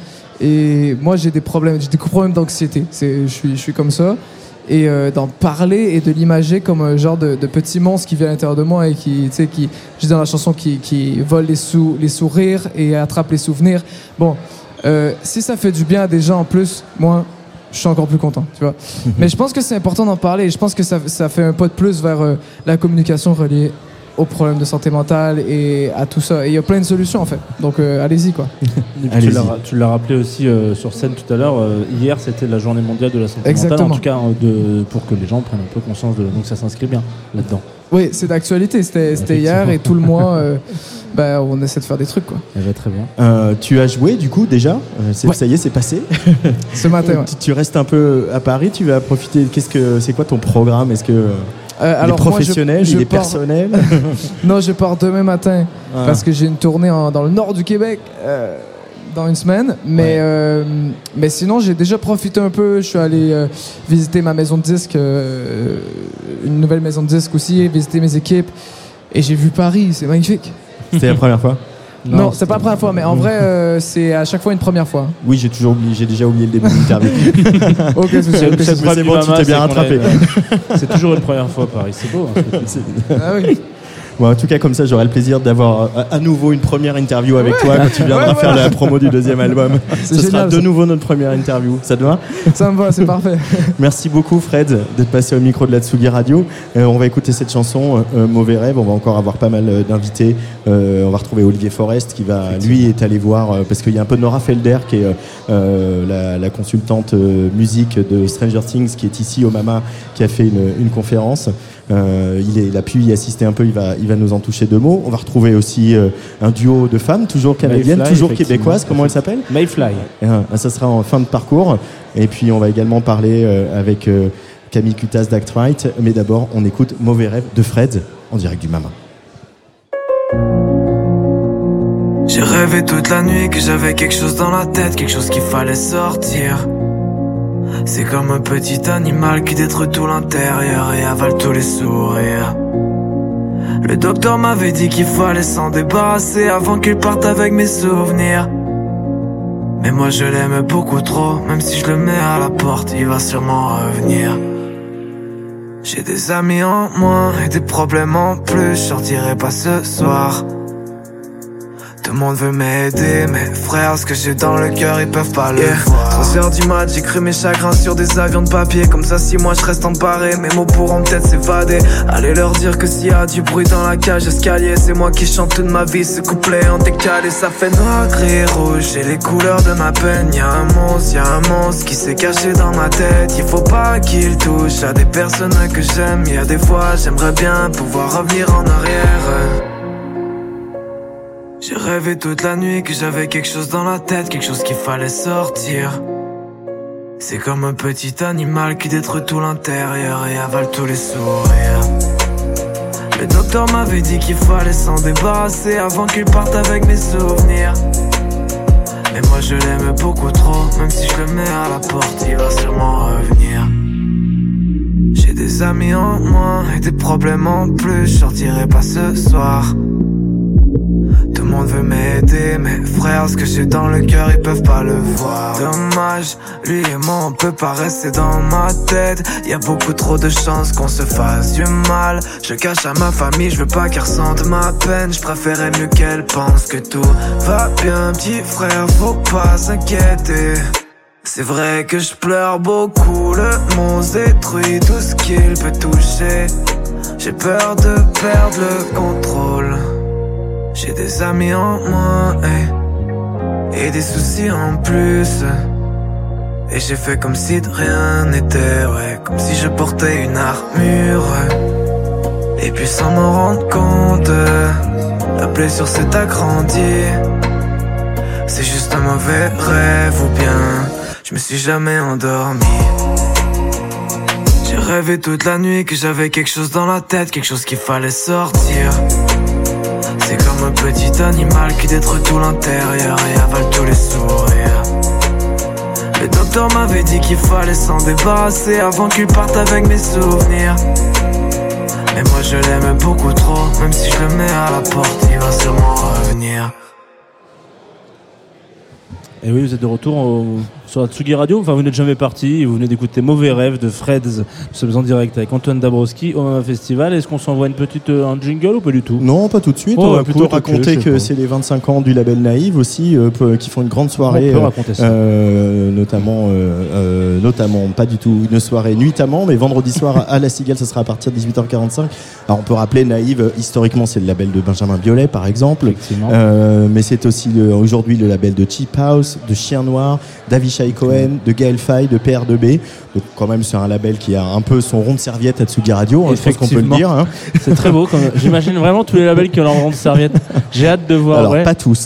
Et moi, j'ai des problèmes, j'ai des problèmes d'anxiété. C'est, je suis, je suis comme ça. Et euh, d'en parler et de l'imager comme un genre de, de petit monstre qui vient à l'intérieur de moi et qui, tu sais, qui, je dis dans la chanson, qui, qui vole les, sou, les sourires et attrape les souvenirs. Bon, euh, si ça fait du bien à des gens en plus, moi, je suis encore plus content, tu vois. Mais je pense que c'est important d'en parler et je pense que ça, ça fait un pas de plus vers euh, la communication reliée aux problèmes de santé mentale et à tout ça. Et il y a plein de solutions en fait. Donc euh, allez-y quoi. Allez-y. Tu, l'as, tu l'as rappelé aussi euh, sur scène tout à l'heure. Euh, hier c'était la journée mondiale de la santé Exactement. mentale. En tout cas hein, de, pour que les gens prennent un peu conscience de. Donc ça s'inscrit bien là-dedans. Oui, c'est d'actualité. C'était, c'était hier et tout le mois. Euh, bah, on essaie de faire des trucs quoi. Eh ben, très bien. Euh, tu as joué du coup déjà. Euh, c'est, ouais. Ça y est, c'est passé. Ce matin. Ouais. Tu, tu restes un peu à Paris. Tu vas profiter. Qu'est-ce que c'est quoi ton programme? Est-ce que Euh, il alors est professionnel, moi, je, je il est pars... personnel. Non, je pars demain matin ah. parce que j'ai une tournée en, dans le nord du Québec euh, dans une semaine. Mais, ouais. euh, mais sinon, j'ai déjà profité un peu. Je suis allé euh, visiter ma maison de disques, euh, une nouvelle maison de disques aussi, visiter mes équipes. Et j'ai vu Paris, c'est magnifique. C'était la première fois? Non, non c'est pas la première fois, mais en vrai, euh, c'est à chaque fois une première fois. Oui, j'ai toujours oublié, j'ai déjà oublié le début de l'interview. Ok, c'est, c'est, c'est, c'est, c'est bon, tu t'es bien rattrapé. Est, c'est toujours une première fois, Paris. C'est beau. Hein, c'est... Ah oui. Bon, en tout cas, comme ça, j'aurai le plaisir d'avoir à nouveau une première interview avec ouais. toi quand tu viendras ouais, faire ouais. la promo du deuxième album. C'est Ce génial, sera de ça. nouveau notre première interview. Ça te va? Ça me va, c'est parfait. Merci beaucoup, Fred, d'être passé au micro de la Tsugi Radio. Euh, on va écouter cette chanson, euh, Mauvais rêve. On va encore avoir pas mal d'invités. Euh, on va retrouver Olivier Forest qui va, lui, est allé voir, euh, parce qu'il y a un peu Nora Felder qui est euh, la, la consultante euh, musique de Stranger Things qui est ici au MAMA, qui a fait une, une conférence. Euh, il, est, il a pu y assister un peu, il va, il va nous en toucher deux mots. On va retrouver aussi euh, un duo de femmes, toujours canadiennes, Mayfly, toujours québécoises. Comment elle s'appelle? Mayfly. Euh, ça sera en fin de parcours. Et puis on va également parler euh, avec euh, Camille Cutas d'Act Right. Mais d'abord, on écoute Mauvais rêve de Fred en direct du MAMA. J'ai rêvé toute la nuit que j'avais quelque chose dans la tête, quelque chose qu'il fallait sortir. C'est comme un petit animal qui détruit tout l'intérieur et avale tous les sourires. Le docteur m'avait dit qu'il fallait s'en débarrasser avant qu'il parte avec mes souvenirs. Mais moi je l'aime beaucoup trop, même si je le mets à la porte, il va sûrement revenir. J'ai des amis en moins et des problèmes en plus, je sortirai pas ce soir. Tout le monde veut m'aider, mes frères, ce que j'ai dans le cœur, ils peuvent pas yeah. le voir. Trois heures du mat, j'écris mes chagrins sur des avions de papier. Comme ça, si moi je reste embarré, mes mots pourront peut-être s'évader. Allez leur dire que s'il y a du bruit dans la cage escalier, c'est moi qui chante toute ma vie, ce couplet en décalé. Ça fait noir, gris, rouge, et les couleurs de ma peine. Y'a un monstre, y'a un monstre qui s'est caché dans ma tête. Il faut pas qu'il touche à des personnes que j'aime. Y'a des fois, j'aimerais bien pouvoir revenir en arrière. J'ai rêvé toute la nuit que j'avais quelque chose dans la tête, quelque chose qu'il fallait sortir. C'est comme un petit animal qui détruit tout l'intérieur et avale tous les sourires. Le docteur m'avait dit qu'il fallait s'en débarrasser avant qu'il parte avec mes souvenirs. Mais moi je l'aime beaucoup trop, même si je le mets à la porte, il va sûrement revenir. J'ai des amis en moins et des problèmes en plus, je sortirai pas ce soir. Tout le monde veut m'aider, mes frères, ce que j'ai dans le cœur, ils peuvent pas le voir. Dommage, lui et moi on peut pas rester dans ma tête. Y'a beaucoup trop de chances qu'on se fasse du mal. Je cache à ma famille, je veux pas qu'elle ressente ma peine. Je préférais mieux qu'elle pense que tout va bien, petit frère, faut pas s'inquiéter. C'est vrai que je pleure beaucoup, le monstre détruit tout ce qu'il peut toucher. J'ai peur de perdre le contrôle. J'ai des amis en moins, hey. et des soucis en plus. Et j'ai fait comme si de rien n'était, ouais, comme si je portais une armure. Et puis sans m'en rendre compte, la blessure s'est agrandie. C'est juste un mauvais rêve ou bien je me suis jamais endormi. J'ai rêvé toute la nuit que j'avais quelque chose dans la tête, quelque chose qu'il fallait sortir. C'est comme un petit animal qui détruit tout l'intérieur et avale tous les sourires. Le docteur m'avait dit qu'il fallait s'en débarrasser avant qu'il parte avec mes souvenirs. Mais moi je l'aime beaucoup trop, même si je le mets à la porte, il va sûrement revenir. Et oui, vous êtes de retour au, sur la Tsugi Radio. Enfin, vous n'êtes jamais parti. Vous venez d'écouter Mauvais Rêve de Freds. Nous sommes en direct avec Antoine Dabrowski au Mama Festival. Est-ce qu'on s'envoie une petite, euh, un jingle ou pas du tout? Non, pas tout de suite. Oh, on va bah, plutôt écoute, raconter okay, que c'est les vingt-cinq ans du label Naïve aussi, euh, peu, qui font une grande soirée. On peut raconter ça. Euh, notamment, euh, euh, notamment, pas du tout une soirée nuitamment, mais vendredi soir à La Cigale, ça sera à partir de dix-huit heures quarante-cinq. Alors, on peut rappeler Naïve, historiquement, c'est le label de Benjamin Biolay, par exemple. Euh, mais c'est aussi le, aujourd'hui le label de Cheap House, de Chien Noir, d'Avishai Cohen, de Gaël Faye, de P R deux B. Donc quand même c'est un label qui a un peu son rond de serviette à Tsugi Radio, hein, je pense qu'on peut le dire. Hein. C'est très beau. Comme... J'imagine vraiment tous les labels qui ont leur rond de serviette. J'ai hâte de voir. Alors ouais. pas tous.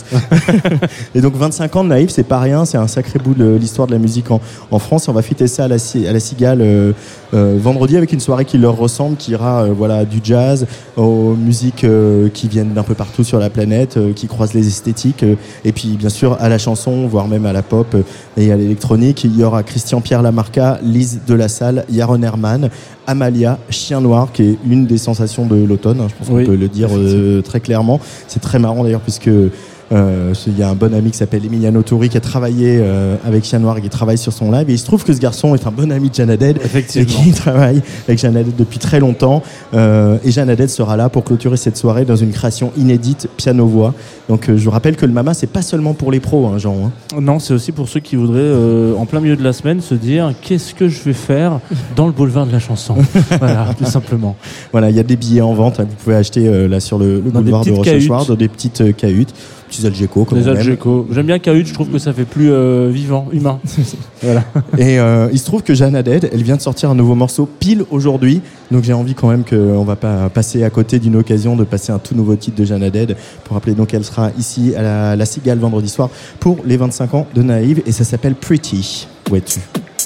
Et donc vingt-cinq ans de Naïve, c'est pas rien, c'est un sacré bout de l'histoire de la musique en, en France. On va fêter ça à la, à la Cigale euh, euh, vendredi avec une soirée qui leur ressemble, qui ira euh, voilà, du jazz aux musiques euh, qui viennent d'un peu partout sur la planète, euh, qui croisent les esthétiques, euh, et puis bien sûr à la chanson, voire même à la pop euh, et à l'électronique. Il y aura Christian-Pierre Lamarca, Lise de la Salle, Yaron Herman, Amalia, Chien Noir, qui est une des sensations de l'automne, hein, je pense oui, qu'on peut le dire euh, très clairement. C'est très marrant d'ailleurs puisque Euh, il y a un bon ami qui s'appelle Emiliano Touri qui a travaillé euh, avec Chien Noir et qui travaille sur son live, et il se trouve que ce garçon est un bon ami de Jeanne Haddad et qui travaille avec Jeanne Haddad depuis très longtemps, euh, et Jeanne Haddad sera là pour clôturer cette soirée dans une création inédite piano-voix. Donc euh, je vous rappelle que le Mama c'est pas seulement pour les pros, hein, Jean, hein. Non, c'est aussi pour ceux qui voudraient euh, en plein milieu de la semaine se dire qu'est-ce que je vais faire dans le boulevard de la chanson. Voilà, tout simplement. Voilà, il y a des billets en vente, hein, vous pouvez acheter euh, là sur le, le boulevard de Rochechouart, dans des petites euh, cahutes. Petits Algeco, comme des Algeco. J'aime bien Cahute, je trouve que ça fait plus euh, vivant, humain. Voilà. Et euh, il se trouve que Jeanne Haddad, elle vient de sortir un nouveau morceau pile aujourd'hui, donc j'ai envie quand même qu'on va pas passer à côté d'une occasion de passer un tout nouveau titre de Jeanne Haddad, pour rappeler donc qu'elle sera ici à la, la Cigale vendredi soir pour les vingt-cinq ans de Naïve, et ça s'appelle Pretty. Où es-tu?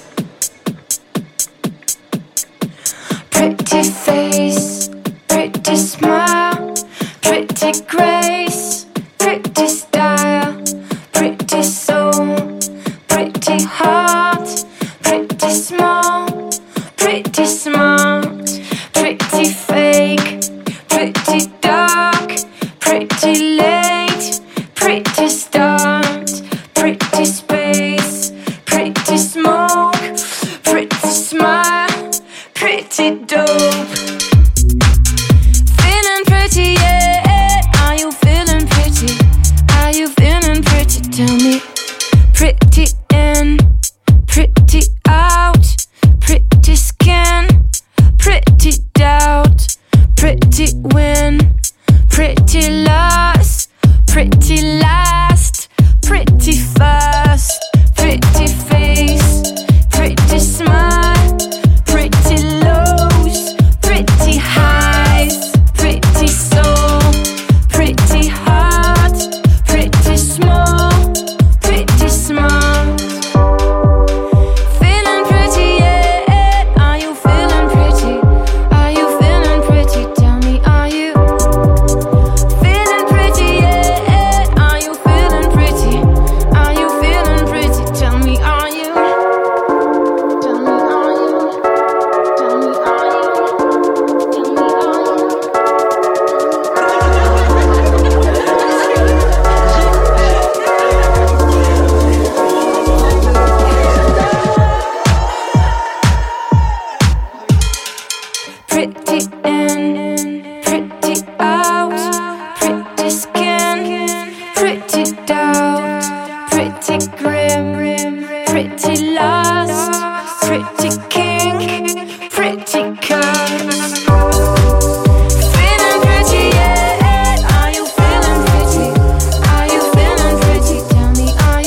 Pretty face, pretty smile, pretty grace, pretty style, pretty soul, pretty heart, pretty small, pretty smart, pretty fake, pretty dark, pretty late, pretty start, pretty space, pretty smoke, pretty smile, pretty dope. Feeling pretty, yeah. Are you feeling pretty? Are you feeling pretty? Tell me. Pretty in, pretty out, pretty skin, pretty doubt, pretty win, pretty loss, pretty last, pretty fast, pretty face, pretty smile, pretty lows, pretty highs, pretty soul, pretty heart, pretty small, pretty smart. Feeling pretty, yeah. Are you feeling pretty? Are you feeling pretty? Tell me, are you feeling pretty, yeah? Are you feeling pretty? Are you feeling pretty? Tell me, are you? Tell me, are you? Tell me, are you? Tell me, are you? Pretty in, pretty out, pretty skin, pretty doubt, pretty grim, pretty lost, pretty king, pretty curse. Feeling pretty, yeah. Are you feeling pretty? Are you feeling pretty? Tell me, are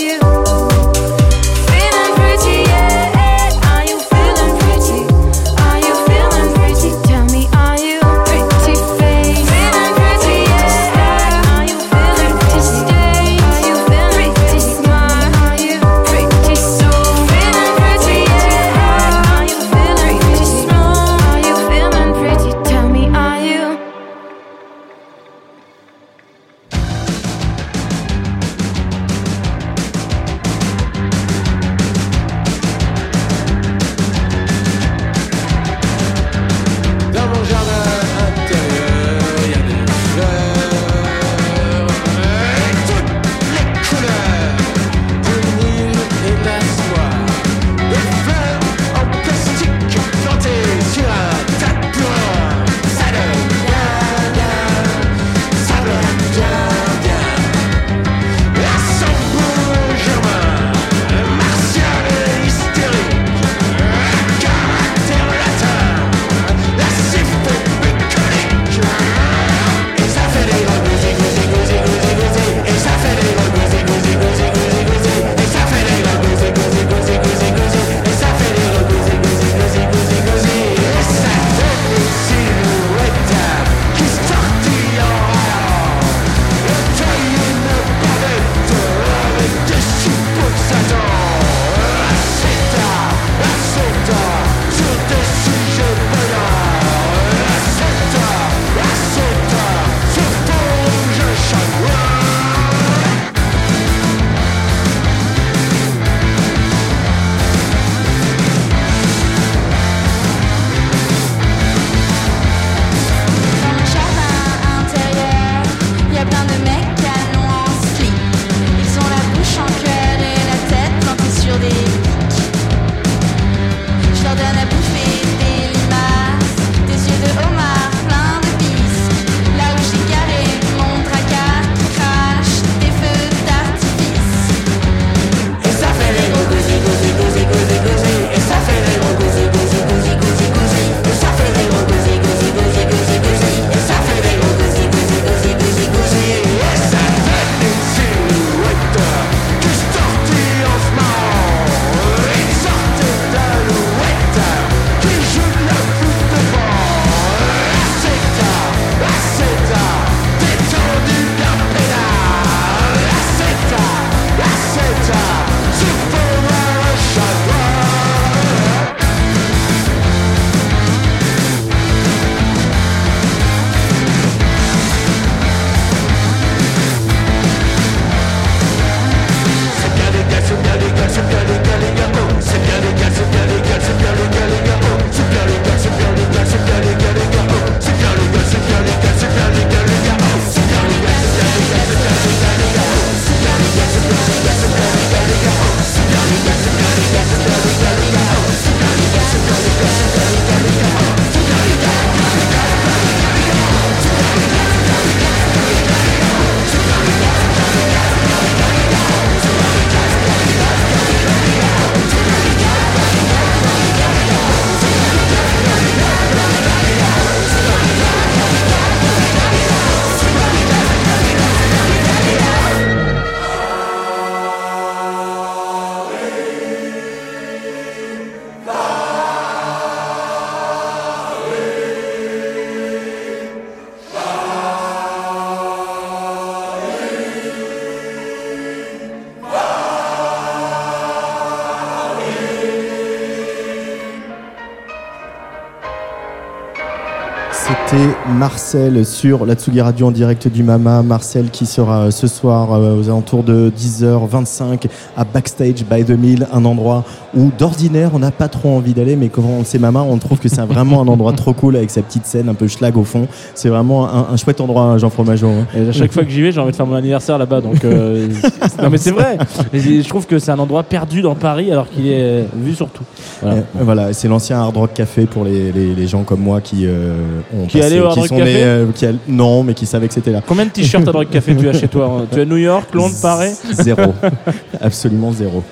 écouter Marcel sur la Tsugi Radio en direct du Mama. Marcel qui sera ce soir euh, aux alentours de dix heures vingt-cinq à Backstage by the Mill, un endroit où d'ordinaire on n'a pas trop envie d'aller, mais quand on sait Mama, on trouve que c'est vraiment un endroit trop cool avec sa petite scène un peu schlag au fond. C'est vraiment un, un chouette endroit, Jean Fromageau. Hein. Et à chaque fois que j'y vais, j'ai envie de faire mon anniversaire là-bas. Donc, euh, non mais c'est vrai. Je trouve que c'est un endroit perdu dans Paris alors qu'il est vu sur tout. Voilà, euh, voilà, c'est l'ancien Hard Rock Café pour les, les, les gens comme moi qui euh, ont qui passé, allaient au Hard qui Rock sont Café nés, euh, qui a, non, mais qui savaient que c'était là. Combien de t-shirts Hard Rock Café tu as chez toi? Tu as New York, Londres, Paris? Zéro, absolument zéro.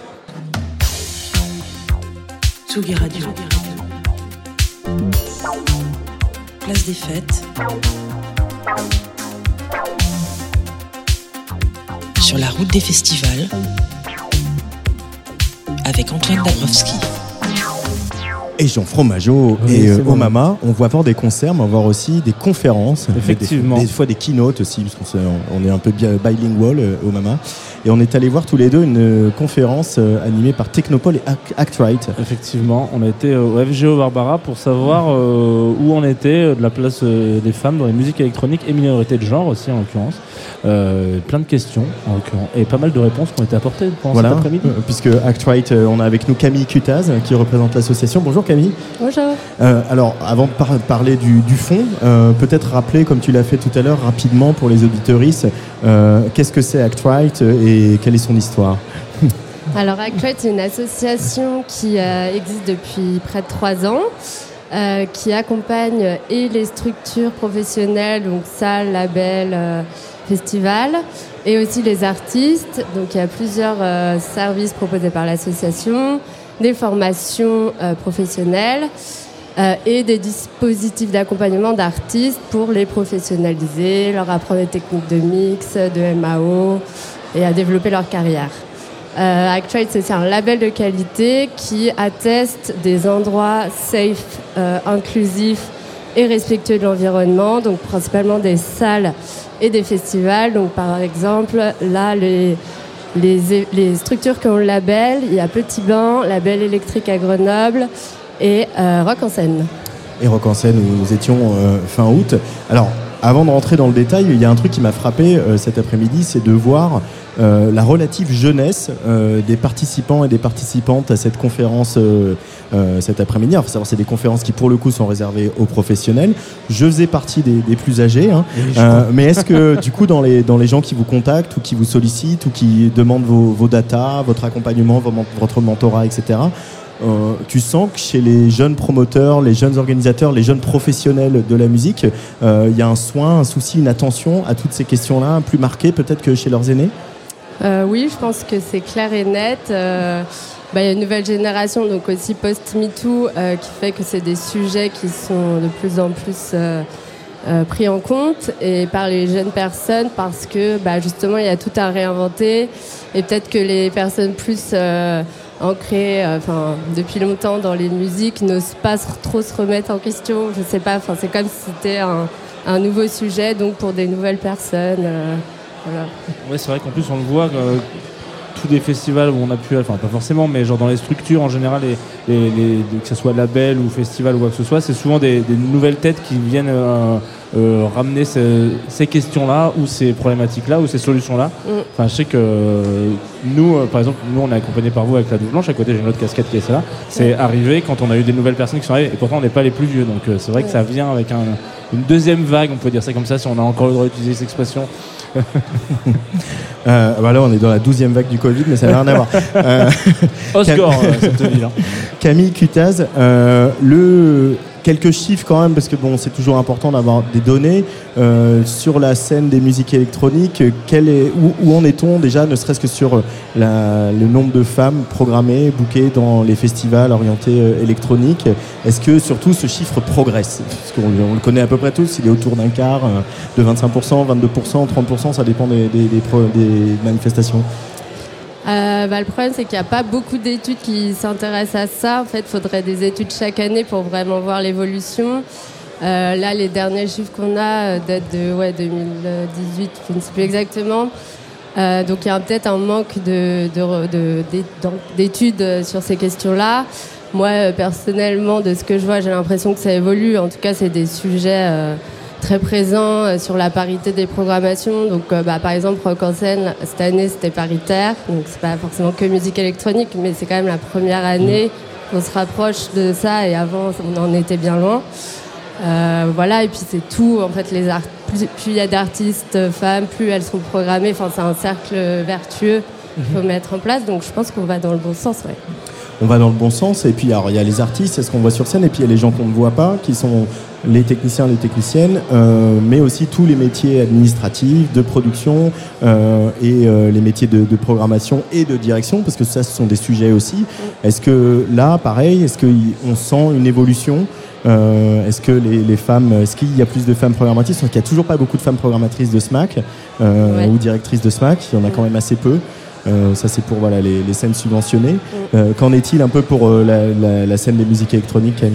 Tsugi Radio. Place des Fêtes. Sur la route des festivals. Avec Antoine Dabrowski. Et Jean Fromageau. Oui, et euh, bon. au Mama, on va voir des concerts, mais on va voir aussi des conférences. Effectivement. Des, des fois des keynotes aussi, parce qu'on on est un peu bien bilingual euh, au Mama. Et on est allé voir tous les deux une euh, conférence euh, animée par Technopole et Act, Act Right. Effectivement, on a été au F G O Barbara pour savoir euh, où on était euh, de la place euh, des femmes dans les musiques électroniques et minorités de genre aussi en l'occurrence. Euh, plein de questions en l'occurrence et pas mal de réponses qui ont été apportées pendant Voilà, cet après-midi. euh, puisque Act Right, euh, on a avec nous Camille Cutaz euh, qui représente l'association. Bonjour Camille. Bonjour. Euh, alors, avant de par- parler du, du fond, euh, peut-être rappeler, comme tu l'as fait tout à l'heure, rapidement pour les auditeuristes, euh, qu'est-ce que c'est Act Right et quelle est son histoire? Alors Act Right, c'est une association qui euh, existe depuis près de trois ans, euh, qui accompagne et les structures professionnelles, donc salles, labels, euh, festivals, et aussi les artistes. Donc il y a plusieurs euh, services proposés par l'association, des formations euh, professionnelles euh, et des dispositifs d'accompagnement d'artistes pour les professionnaliser, leur apprendre des techniques de mix, de M A O et à développer leur carrière. Euh, Act Right, c'est un label de qualité qui atteste des endroits safe, euh, inclusifs et respectueux de l'environnement, donc principalement des salles et des festivals. Donc par exemple, là, les, les, les structures qui ont le label, il y a Petit Bain, Label Électrique à Grenoble et euh, Rock en Scène. Et Rock en Scène où nous étions euh, fin août. Alors, avant de rentrer dans le détail, il y a un truc qui m'a frappé euh, cet après-midi, c'est de voir euh, la relative jeunesse euh, des participants et des participantes à cette conférence euh, euh, cet après-midi. Alors, faut savoir, c'est des conférences qui, pour le coup, sont réservées aux professionnels. Je faisais partie des, des plus âgés. Hein. Oui, euh, mais est-ce que, du coup, dans les, dans les gens qui vous contactent ou qui vous sollicitent ou qui demandent vos, vos datas, votre accompagnement, vos, votre mentorat, et cetera, Euh, tu sens que chez les jeunes promoteurs, les jeunes organisateurs, les jeunes professionnels de la musique, il euh, y a un soin, un souci, une attention à toutes ces questions-là, plus marquée peut-être que chez leurs aînés? Euh, oui, je pense que c'est clair et net. Euh, bah, y a une nouvelle génération, donc aussi post-MeToo, euh, qui fait que c'est des sujets qui sont de plus en plus euh, euh, pris en compte et par les jeunes personnes parce que bah, justement, il y a tout à réinventer et peut-être que les personnes plus euh, ancrées enfin, euh, depuis longtemps dans les musiques n'osent pas trop se remettre en question. Je sais pas, c'est comme si c'était un, un nouveau sujet, donc pour des nouvelles personnes. Euh, Voilà. Ouais, c'est vrai qu'en plus on le voit, euh, tous les festivals où on a pu, enfin pas forcément, mais genre dans les structures en général, les, les, les, que ce soit label ou festival ou quoi que ce soit, c'est souvent des, des nouvelles têtes qui viennent euh, euh, ramener ces, ces questions-là ou ces problématiques-là ou ces solutions-là. Mm. Enfin, je sais que euh, nous, euh, par exemple, nous on est accompagnés par vous avec la double blanche. À côté, j'ai une autre casquette qui est celle-là. C'est mm. arrivé quand on a eu des nouvelles personnes qui sont arrivées et pourtant on n'est pas les plus vieux. Donc euh, c'est vrai mm. que ça vient avec un, une deuxième vague, on peut dire ça comme ça, si on a encore le droit d'utiliser cette expression. euh, bah là on est dans la douzième vague du Covid, mais ça n'a rien à voir. euh, Oscar, euh, cette ville. Hein. Camille Cutaz, euh, le quelques chiffres quand même, parce que bon, c'est toujours important d'avoir des données euh, sur la scène des musiques électroniques. Quel est, où, où en est-on déjà, ne serait-ce que sur la, le nombre de femmes programmées, bookées dans les festivals orientés euh, électroniques? Est-ce que surtout ce chiffre progresse? Parce qu'on on le connaît à peu près tous, il est autour d'un quart, euh, de vingt-cinq pour cent, vingt-deux pour cent, trente pour cent, ça dépend des, des, des, pro, des manifestations. Euh, bah, le problème, c'est qu'il n'y a pas beaucoup d'études qui s'intéressent à ça. En fait, il faudrait des études chaque année pour vraiment voir l'évolution. Euh, là, les derniers chiffres qu'on a datent de ouais, deux mille dix-huit, je ne sais plus exactement. Euh, donc, il y a peut-être un manque de, de, de, de, d'études sur ces questions-là. moi, euh, personnellement, de ce que je vois, j'ai l'impression que ça évolue. En tout cas, c'est des sujets euh, très présents euh, sur la parité des programmations. Donc, euh, bah, par exemple, Rock en scène, cette année, c'était paritaire. Donc, c'est pas forcément que musique électronique, mais c'est quand même la première année qu'on se rapproche de ça. Et avant, on en était bien loin. Euh, voilà, et puis c'est tout. En fait, les art- plus il y a d'artistes femmes, plus elles sont programmées. Enfin, c'est un cercle vertueux qu'il faut mettre en place. Donc, je pense qu'on va dans le bon sens, ouais. On va dans le bon sens, et puis alors il y a les artistes, c'est ce qu'on voit sur scène, et puis il y a les gens qu'on ne voit pas, qui sont les techniciens, les techniciennes, euh, mais aussi tous les métiers administratifs, de production, euh, et euh, les métiers de, de programmation et de direction, parce que ça, ce sont des sujets aussi. Est-ce que là, pareil, est-ce qu'on sent une évolution ? Euh, est-ce que les, les femmes, est-ce qu'il y a plus de femmes programmatrices ? Parce qu'il n'y a toujours pas beaucoup de femmes programmatrices de S M A C, euh, Ouais. ou directrices de S M A C, il y en a quand même assez peu. Euh, ça c'est pour voilà, les, les scènes subventionnées. Euh, qu'en est-il un peu pour euh, la, la, la scène des musiques électroniques, Camille ?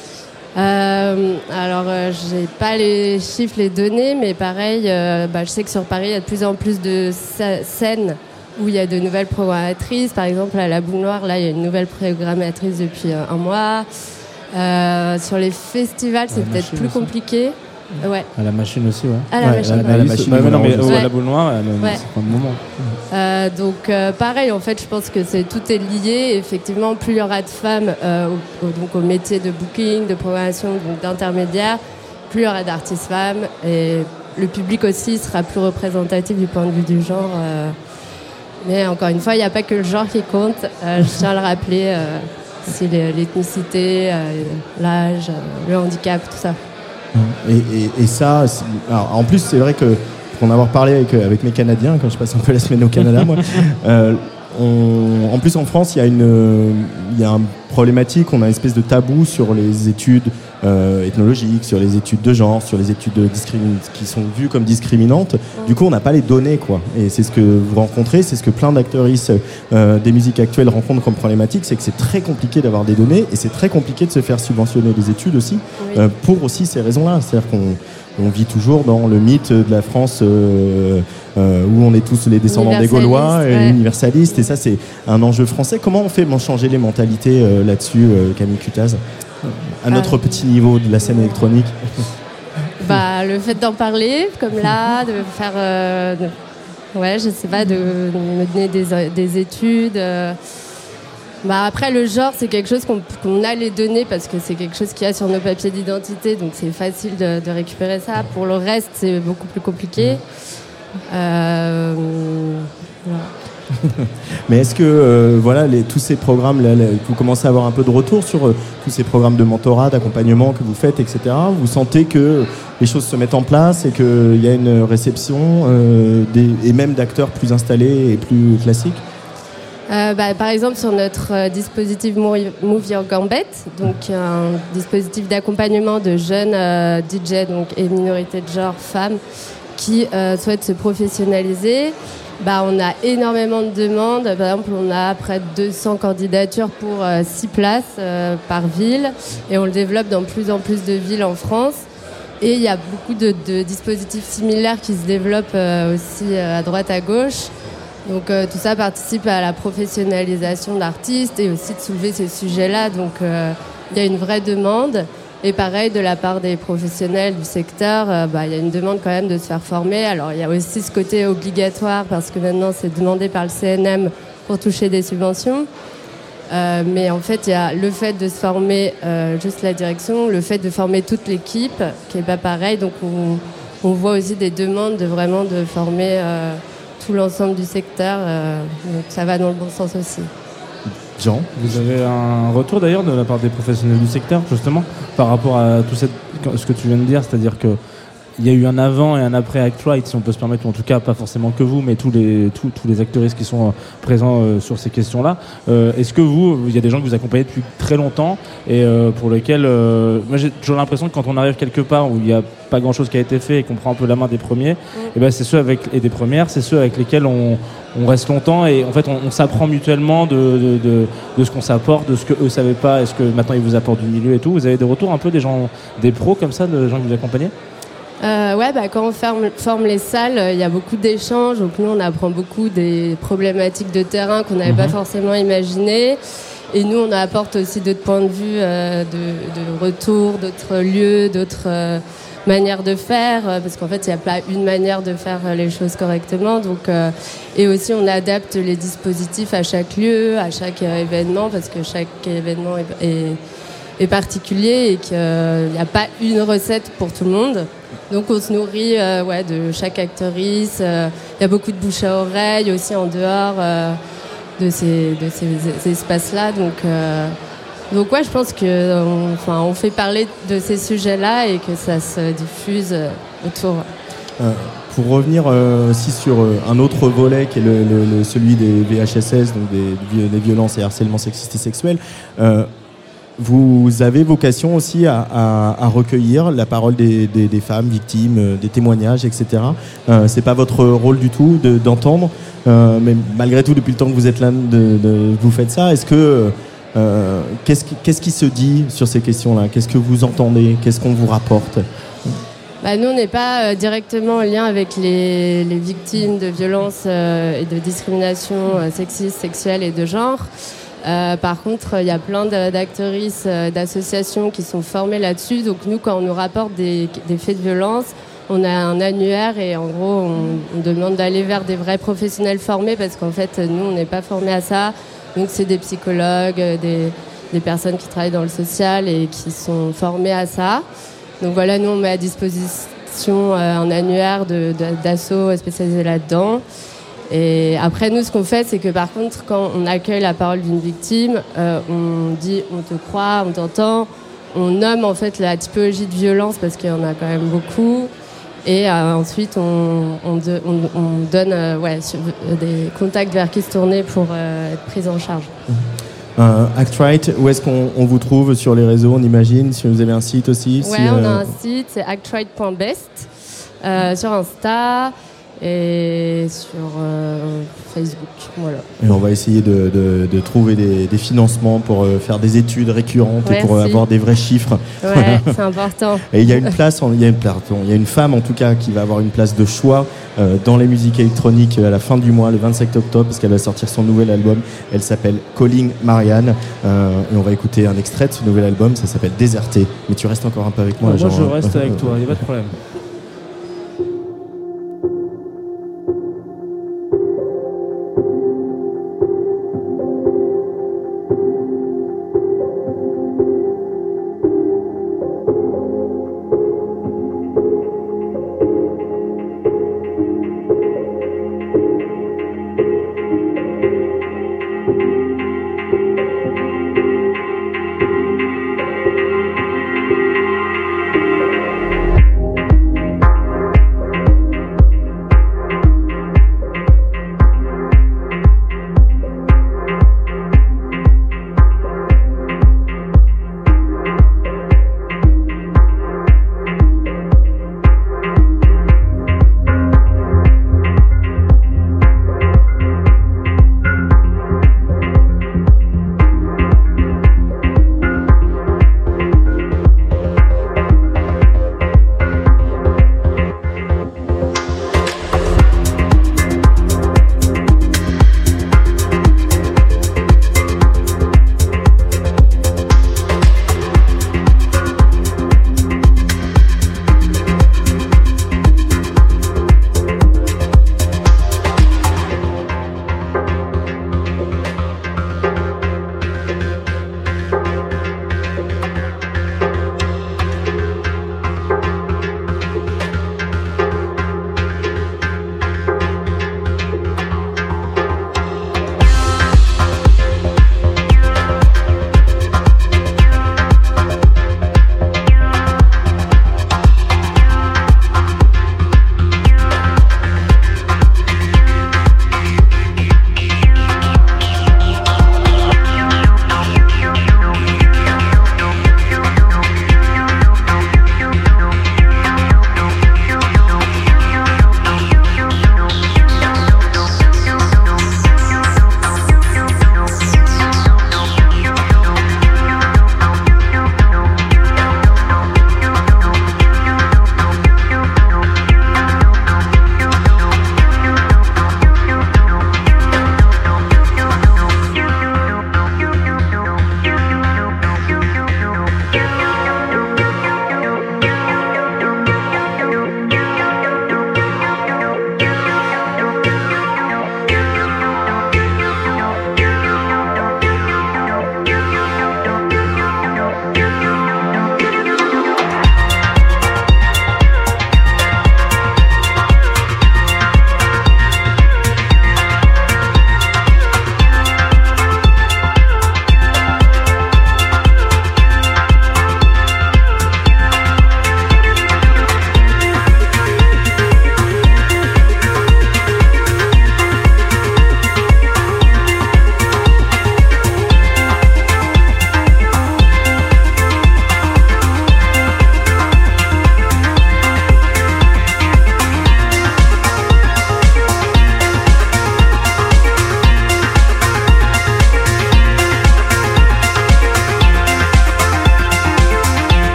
Euh, alors, euh, j'ai pas les chiffres, les données, mais pareil, euh, bah, je sais que sur Paris, il y a de plus en plus de sc- scènes où il y a de nouvelles programmatrices. Par exemple, à la Boule Noire, là, il y a une nouvelle programmatrice depuis euh, un mois. Euh, sur les festivals, c'est la peut-être machine plus aussi. compliqué. Ouais. À la machine aussi, ouais. À la Ouais, machine. à la- à la machine, Ouais, mais non, mais ouais. ouais, à la boule noire, elle a Ouais. un certain moment. Euh, donc euh, pareil, en fait, je pense que c'est tout est lié. Effectivement, plus il y aura de femmes euh, au, au- donc au métier de booking, de programmation, donc d'intermédiaire, plus il y aura d'artistes femmes et le public aussi sera plus représentatif du point de vue du genre. euh. Mais encore une fois, il n'y a pas que le genre qui compte. Euh, je tiens à le rappeler. Euh, c'est les- l'ethnicité, euh, l'âge, euh, le handicap, tout ça. Et, et, et ça, c'est- alors, en plus, c'est vrai que pour en avoir parlé avec, avec mes Canadiens, quand je passe un peu la semaine au Canada, moi, euh, on, en plus en France, il y a une, il y a une problématique, on a une espèce de tabou sur les études euh, ethnologiques, sur les études de genre, sur les études de discrimin- qui sont vues comme discriminantes. Du coup, on n'a pas les données, quoi. Et c'est ce que vous rencontrez, c'est ce que plein d'actrices euh, des musiques actuelles rencontrent comme problématique, c'est que c'est très compliqué d'avoir des données et c'est très compliqué de se faire subventionner des études aussi, Oui. euh, pour aussi ces raisons-là. C'est-à-dire qu'on on vit toujours dans le mythe de la France euh, euh, où on est tous les descendants des Gaulois, Universaliste, et ouais. universalistes, et ça c'est un enjeu français. Comment on fait pour changer les mentalités euh, là-dessus, euh, Camille Cutaz, à notre Euh. petit niveau de la scène électronique? Bah, le fait d'en parler, comme là, de faire. euh, de- ouais, je sais pas, de, de me donner des, des études. euh. Bah, après, le genre, c'est quelque chose qu'on qu'on a les données parce que c'est quelque chose qu'il y a sur nos papiers d'identité, donc c'est facile de, de récupérer ça. Pour le reste, c'est beaucoup plus compliqué. Euh, voilà. Mais est-ce que euh, voilà, les, tous ces programmes, là, là, vous commencez à avoir un peu de retour sur euh, tous ces programmes de mentorat, d'accompagnement que vous faites, et cetera. Vous sentez que les choses se mettent en place et qu'il y a une réception euh, des, et même d'acteurs plus installés et plus classiques? Euh, bah, par exemple, sur notre euh, dispositif Move Move Your Gambit, donc un dispositif d'accompagnement de jeunes euh, D J donc, et minorités de genre femmes qui euh, souhaitent se professionnaliser. Bah, on a énormément de demandes. Par exemple, on a près de deux cents candidatures pour euh, six places euh, par ville et on le développe dans plus en plus de villes en France. Et il y a beaucoup de, de dispositifs similaires qui se développent euh, aussi euh, à droite, à gauche. Donc euh, tout ça participe à la professionnalisation d'artistes et aussi de soulever ces sujets-là. Donc euh, il y a une vraie demande. Et pareil, de la part des professionnels du secteur, euh, bah, il y a une demande quand même de se faire former. Alors il y a aussi ce côté obligatoire parce que maintenant c'est demandé par le C N M pour toucher des subventions. Euh, mais en fait, il y a le fait de se former euh, juste la direction, le fait de former toute l'équipe, qui n'est pas pareil. Donc on, on voit aussi des demandes de vraiment de former euh, tout l'ensemble du secteur. Euh, donc ça va dans le bon sens aussi. Jean, vous avez un retour d'ailleurs de la part des professionnels du secteur, justement, par rapport à tout cette, ce que tu viens de dire, c'est-à-dire que il y a eu un avant et un après Act Right, si on peut se permettre, ou en tout cas pas forcément que vous, mais tous les tous, tous les acteuristes qui sont présents euh, sur ces questions-là. Euh, est-ce que vous, il y a des gens que vous accompagnez depuis très longtemps et euh, pour lesquels, euh, moi j'ai toujours l'impression que quand on arrive quelque part où il n'y a pas grand-chose qui a été fait et qu'on prend un peu la main des premiers, mmh. et ben c'est ceux avec et des premières, c'est ceux avec lesquels on on reste longtemps et en fait on, on s'apprend mutuellement de, de, de, de ce qu'on s'apporte, de ce que eux savaient pas, est-ce que maintenant ils vous apportent du milieu et tout. Vous avez des retours un peu des gens, des pros comme ça, de gens que vous accompagnez? Euh, ouais, bah, quand on forme, forme les salles, il y a beaucoup d'échanges. Donc nous, on apprend beaucoup des problématiques de terrain qu'on n'avait mmh. pas forcément imaginées. Et nous, on apporte aussi d'autres points de vue, euh, de, de retour, d'autres lieux, d'autres euh, manières de faire. Parce qu'en fait, il n'y a pas une manière de faire les choses correctement. Donc, euh, et aussi, on adapte les dispositifs à chaque lieu, à chaque euh, événement, parce que chaque événement est, est, est particulier et qu'il n'y a pas une recette pour tout le monde. Donc on se nourrit euh, ouais, de chaque actrice. Il euh, y a beaucoup de bouche à oreille aussi en dehors euh, de, ces, de ces, ces espaces-là. Donc, euh, donc ouais, je pense qu'on enfin, on fait parler de ces sujets-là et que ça se diffuse euh, autour. Euh, pour revenir euh, aussi sur euh, un autre volet qui est le, le, le, celui des V H S S, donc des, des violences et harcèlements sexistes et sexuels, euh, vous avez vocation aussi à, à, à recueillir la parole des, des, des femmes victimes, euh, des témoignages, et cetera. Euh, c'est pas votre rôle du tout de, d'entendre, euh, mais malgré tout, depuis le temps que vous êtes là, de, de, vous faites ça. Est-ce que euh, qu'est-ce qui, qu'est-ce qui se dit sur ces questions-là ? Qu'est-ce que vous entendez ? Qu'est-ce qu'on vous rapporte ? Bah, nous, on n'est pas euh, directement en lien avec les, les victimes de violences euh, et de discrimination euh, sexistes, sexuelles et de genre. Euh, par contre, il y a plein d'actrices, euh, d'associations qui sont formées là-dessus. Donc nous, quand on nous rapporte des, des faits de violence, on a un annuaire et en gros, on, on demande d'aller vers des vrais professionnels formés parce qu'en fait, nous, on n'est pas formés à ça. Donc c'est des psychologues, des, des personnes qui travaillent dans le social et qui sont formées à ça. Donc voilà, nous, on met à disposition euh, un annuaire de, de, d'assos spécialisés là-dedans. Et après, nous, ce qu'on fait, c'est que par contre, quand on accueille la parole d'une victime, euh, on dit on te croit, on t'entend, on nomme en fait la typologie de violence parce qu'il y en a quand même beaucoup. Et euh, ensuite, on, on, de, on, on donne euh, ouais, sur, euh, des contacts vers qui se tourner pour euh, être prise en charge. Euh, ActRight, où est-ce qu'on on vous trouve sur les réseaux, on imagine? Si vous avez un site aussi? Ouais, si, on euh... a un site, c'est act right point best euh, sur Insta et sur euh, Facebook. Voilà. Et on va essayer de, de, de trouver des, des financements pour euh, faire des études récurrentes. Merci. Et pour avoir des vrais chiffres. Ouais, c'est important. Et il y a une place, il y a une, pardon, il y a une femme en tout cas qui va avoir une place de choix euh, dans les musiques électroniques à la fin du mois, le vingt-cinq octobre, parce qu'elle va sortir son nouvel album. Elle s'appelle Calling Marianne. Euh, et on va écouter un extrait de ce nouvel album. Ça s'appelle Déserté. Mais tu restes encore un peu avec moi. Moi, genre, je reste avec toi. Il n'y a pas de problème.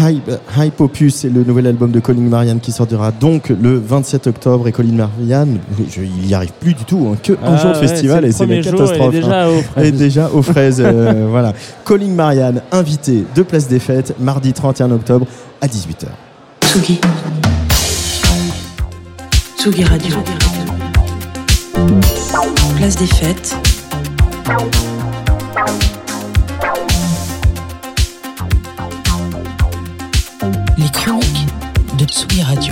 Hype, Hype Opus, c'est le nouvel album de Colin Marianne qui sortira donc le vingt-sept octobre. Et Colin Marianne, je, il n'y arrive plus du tout, hein, que Ah un jour de ouais, festival c'est et c'est le une premier jour, catastrophe. il est déjà hein. aux fraises. Et déjà aux fraises. euh, voilà. Colin Marianne, invité de Place des Fêtes, mardi trente et un octobre à dix-huit heures. Tsugi. Tsugi Radio. Place des Fêtes. Les chroniques de Tsugi Radio.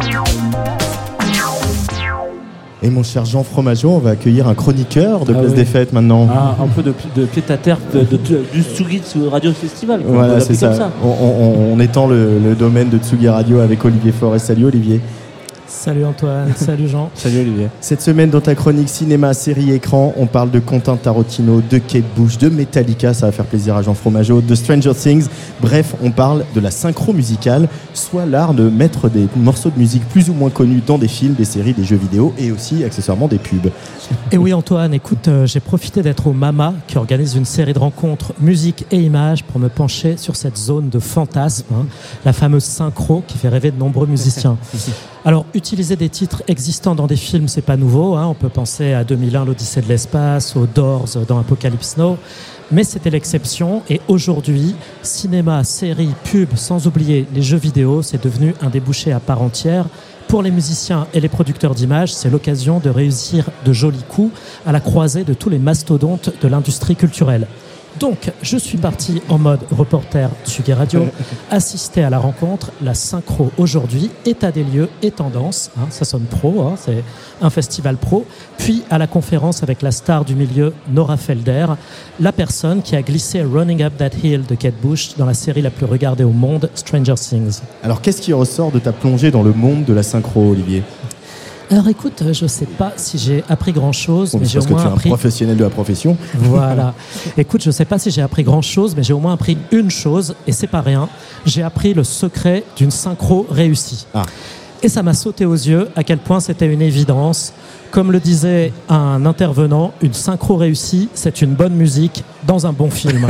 Et mon cher Jean Fromageau, on va accueillir un chroniqueur de Ah Place oui. des Fêtes maintenant. Ah, un peu de, de pied à terre de, de, de- du Tsugi de Radio Festival. quoi. On peut Voilà, l'appeler c'est ça. comme ça. On, on- on étend le, le domaine de Tsugi Radio avec Olivier Forest. Salut Olivier. Salut Antoine, salut Jean. Salut Olivier. Cette semaine, dans ta chronique cinéma, série, écran, on parle de Quentin Tarantino, de Kate Bush, de Metallica, ça va faire plaisir à Jean Fromageau, de Stranger Things. Bref, on parle de la synchro musicale, soit l'art de mettre des morceaux de musique plus ou moins connus dans des films, des séries, des jeux vidéo et aussi accessoirement des pubs. Et oui Antoine, écoute, euh, j'ai profité d'être au MAMA qui organise une série de rencontres musique et images pour me pencher sur cette zone de fantasme, hein, la fameuse synchro qui fait rêver de nombreux musiciens. Alors, utiliser des titres existants dans des films, c'est pas nouveau, hein, on peut penser à deux mille un, l'Odyssée de l'espace, aux Doors dans Apocalypse Now, mais c'était l'exception et aujourd'hui, cinéma, séries, pubs, sans oublier les jeux vidéo, c'est devenu un débouché à part entière. Pour les musiciens et les producteurs d'images, c'est l'occasion de réussir de jolis coups à la croisée de tous les mastodontes de l'industrie culturelle. Donc, je suis parti en mode reporter Tsugi Radio, assister à la rencontre, la synchro aujourd'hui, état des lieux et tendance, hein, ça sonne pro, hein, c'est un festival pro, puis à la conférence avec la star du milieu, Nora Felder, la personne qui a glissé Running Up That Hill de Kate Bush dans la série la plus regardée au monde, Stranger Things. Alors, qu'est-ce qui ressort de ta plongée dans le monde de la synchro, Olivier ? Alors écoute, je ne sais pas si j'ai appris grand-chose, Bon, mais j'ai au parce que moins tu es un appris... professionnel de la profession. Voilà. Écoute, je ne sais pas si j'ai appris grand-chose, mais j'ai au moins appris une chose, et c'est pas rien. J'ai appris le secret d'une synchro réussie. Ah. Et ça m'a sauté aux yeux à quel point c'était une évidence. Comme le disait un intervenant, une synchro réussie, c'est une bonne musique dans un bon film.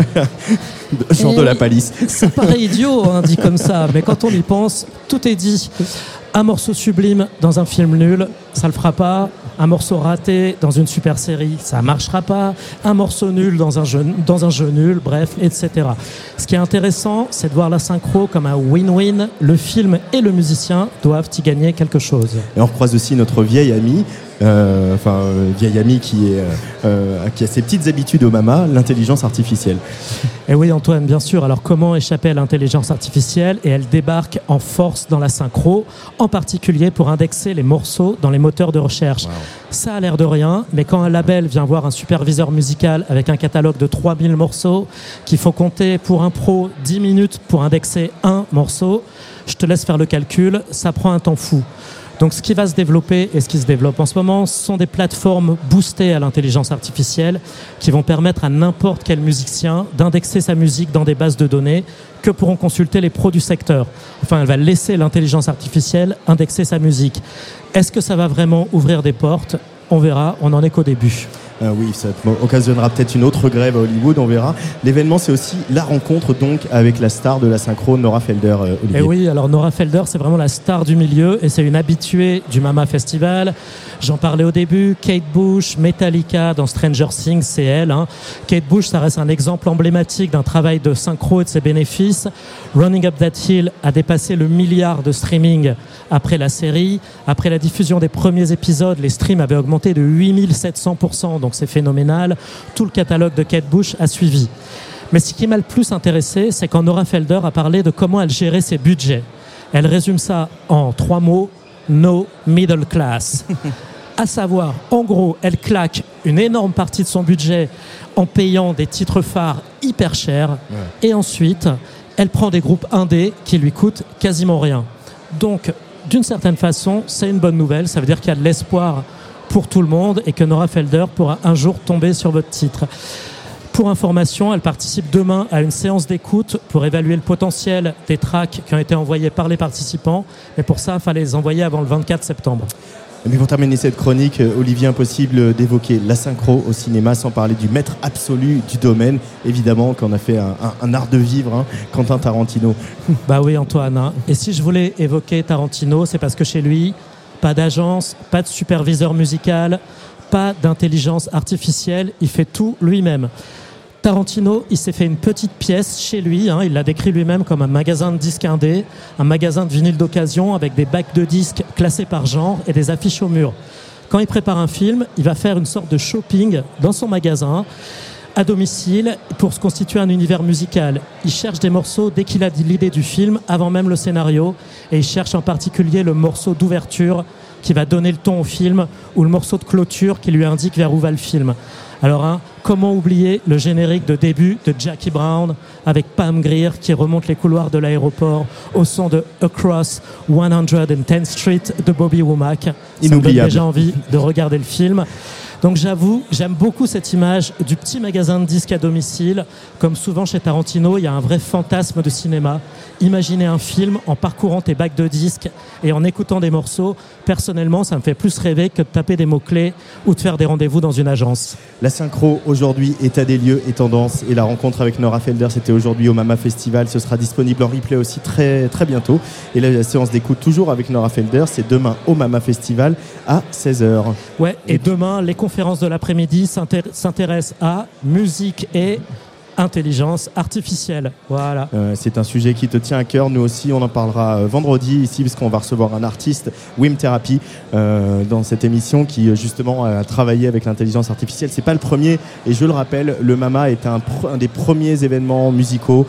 Jean Et de la Palisse. Ça paraît idiot, hein, dit comme ça, mais quand on y pense, tout est dit. Un morceau sublime dans un film nul, ça le fera pas. Un morceau raté dans une super série, ça marchera pas. Un morceau nul dans un jeu, dans un jeu nul, bref, et cetera. Ce qui est intéressant, c'est de voir la synchro comme un win-win. Le film et le musicien doivent y gagner quelque chose. Et on croise aussi notre vieille amie, euh, enfin euh, vieille amie qui est euh, qui a ses petites habitudes au MAMA, l'intelligence artificielle. Et oui Antoine, bien sûr. Alors comment échapper à l'intelligence artificielle ? Et elle débarque en force dans la synchro, en particulier pour indexer les morceaux dans les moteurs de recherche. Wow. Ça a l'air de rien, mais quand un label vient voir un superviseur musical avec un catalogue de trois mille morceaux, qu'il faut compter pour un pro dix minutes pour indexer un morceau, je te laisse faire le calcul, ça prend un temps fou. Donc ce qui va se développer et ce qui se développe en ce moment, ce sont des plateformes boostées à l'intelligence artificielle qui vont permettre à n'importe quel musicien d'indexer sa musique dans des bases de données que pourront consulter les pros du secteur. Enfin, elle va laisser l'intelligence artificielle indexer sa musique. Est-ce que ça va vraiment ouvrir des portes ? On verra, on n'en est qu'au début. Euh, oui, ça occasionnera peut-être une autre grève à Hollywood, on verra. L'événement, c'est aussi la rencontre donc avec la star de la synchro, Nora Felder, euh, Olivier. Et oui, alors Nora Felder, c'est vraiment la star du milieu et c'est une habituée du MAMA Festival. J'en parlais au début, Kate Bush, Metallica dans Stranger Things, c'est elle. Hein. Kate Bush, ça reste un exemple emblématique d'un travail de synchro et de ses bénéfices. Running Up That Hill a dépassé le milliard de streaming après la série. Après la diffusion des premiers épisodes, les streams avaient augmenté de huit mille sept cents pour cent, donc c'est phénoménal. Tout le catalogue de Kate Bush a suivi. Mais ce qui m'a le plus intéressé, c'est quand Nora Felder a parlé de comment elle gérait ses budgets. Elle résume ça en trois mots, no middle class. À savoir, en gros, elle claque une énorme partie de son budget en payant des titres phares hyper chers. Ouais. Et ensuite, elle prend des groupes indés qui lui coûtent quasiment rien. Donc, d'une certaine façon, c'est une bonne nouvelle. Ça veut dire qu'il y a de l'espoir pour tout le monde et que Nora Felder pourra un jour tomber sur votre titre. Pour information, elle participe demain à une séance d'écoute pour évaluer le potentiel des tracks qui ont été envoyés par les participants. Mais pour ça, il fallait les envoyer avant le vingt-quatre septembre. Mais pour terminer cette chronique, Olivier, impossible d'évoquer la synchro au cinéma sans parler du maître absolu du domaine, évidemment, qu'on a fait un, un, un art de vivre, hein, Quentin Tarantino. Bah oui, Antoine. Hein. Et si je voulais évoquer Tarantino, c'est parce que chez lui, pas d'agence, pas de superviseur musical, pas d'intelligence artificielle, il fait tout lui-même. Tarantino, il s'est fait une petite pièce chez lui, hein, il l'a décrit lui-même comme un magasin de disques indés, un magasin de vinyle d'occasion avec des bacs de disques classés par genre et des affiches au mur. Quand il prépare un film, il va faire une sorte de shopping dans son magasin, à domicile, pour se constituer un univers musical. Il cherche des morceaux dès qu'il a l'idée du film, avant même le scénario, et il cherche en particulier le morceau d'ouverture qui va donner le ton au film, ou le morceau de clôture qui lui indique vers où va le film. Alors, hein, comment oublier le générique de début de Jackie Brown avec Pam Grier qui remonte les couloirs de l'aéroport au son de Across one hundred tenth Street de Bobby Womack. Ça me donne déjà envie de regarder le film. Donc j'avoue, j'aime beaucoup cette image du petit magasin de disques à domicile. Comme souvent chez Tarantino, il y a un vrai fantasme de cinéma. Imaginer un film en parcourant tes bacs de disques et en écoutant des morceaux. Personnellement, ça me fait plus rêver que de taper des mots-clés ou de faire des rendez-vous dans une agence. La synchro aujourd'hui, état des lieux et tendance. Et la rencontre avec Nora Felder, c'était aujourd'hui au Mama Festival. Ce sera disponible en replay aussi très, très bientôt. Et là, la séance d'écoute toujours avec Nora Felder, c'est demain au Mama Festival à seize heures. Ouais, et, et demain, les conférence de l'après-midi s'intéresse à musique et intelligence artificielle. Voilà. Euh, c'est un sujet qui te tient à cœur. Nous aussi, on en parlera euh, vendredi ici, parce qu'on va recevoir un artiste, Wim Therapy, euh, dans cette émission qui justement a travaillé avec l'intelligence artificielle. C'est pas le premier, et je le rappelle, le Mama est un, un des premiers événements musicaux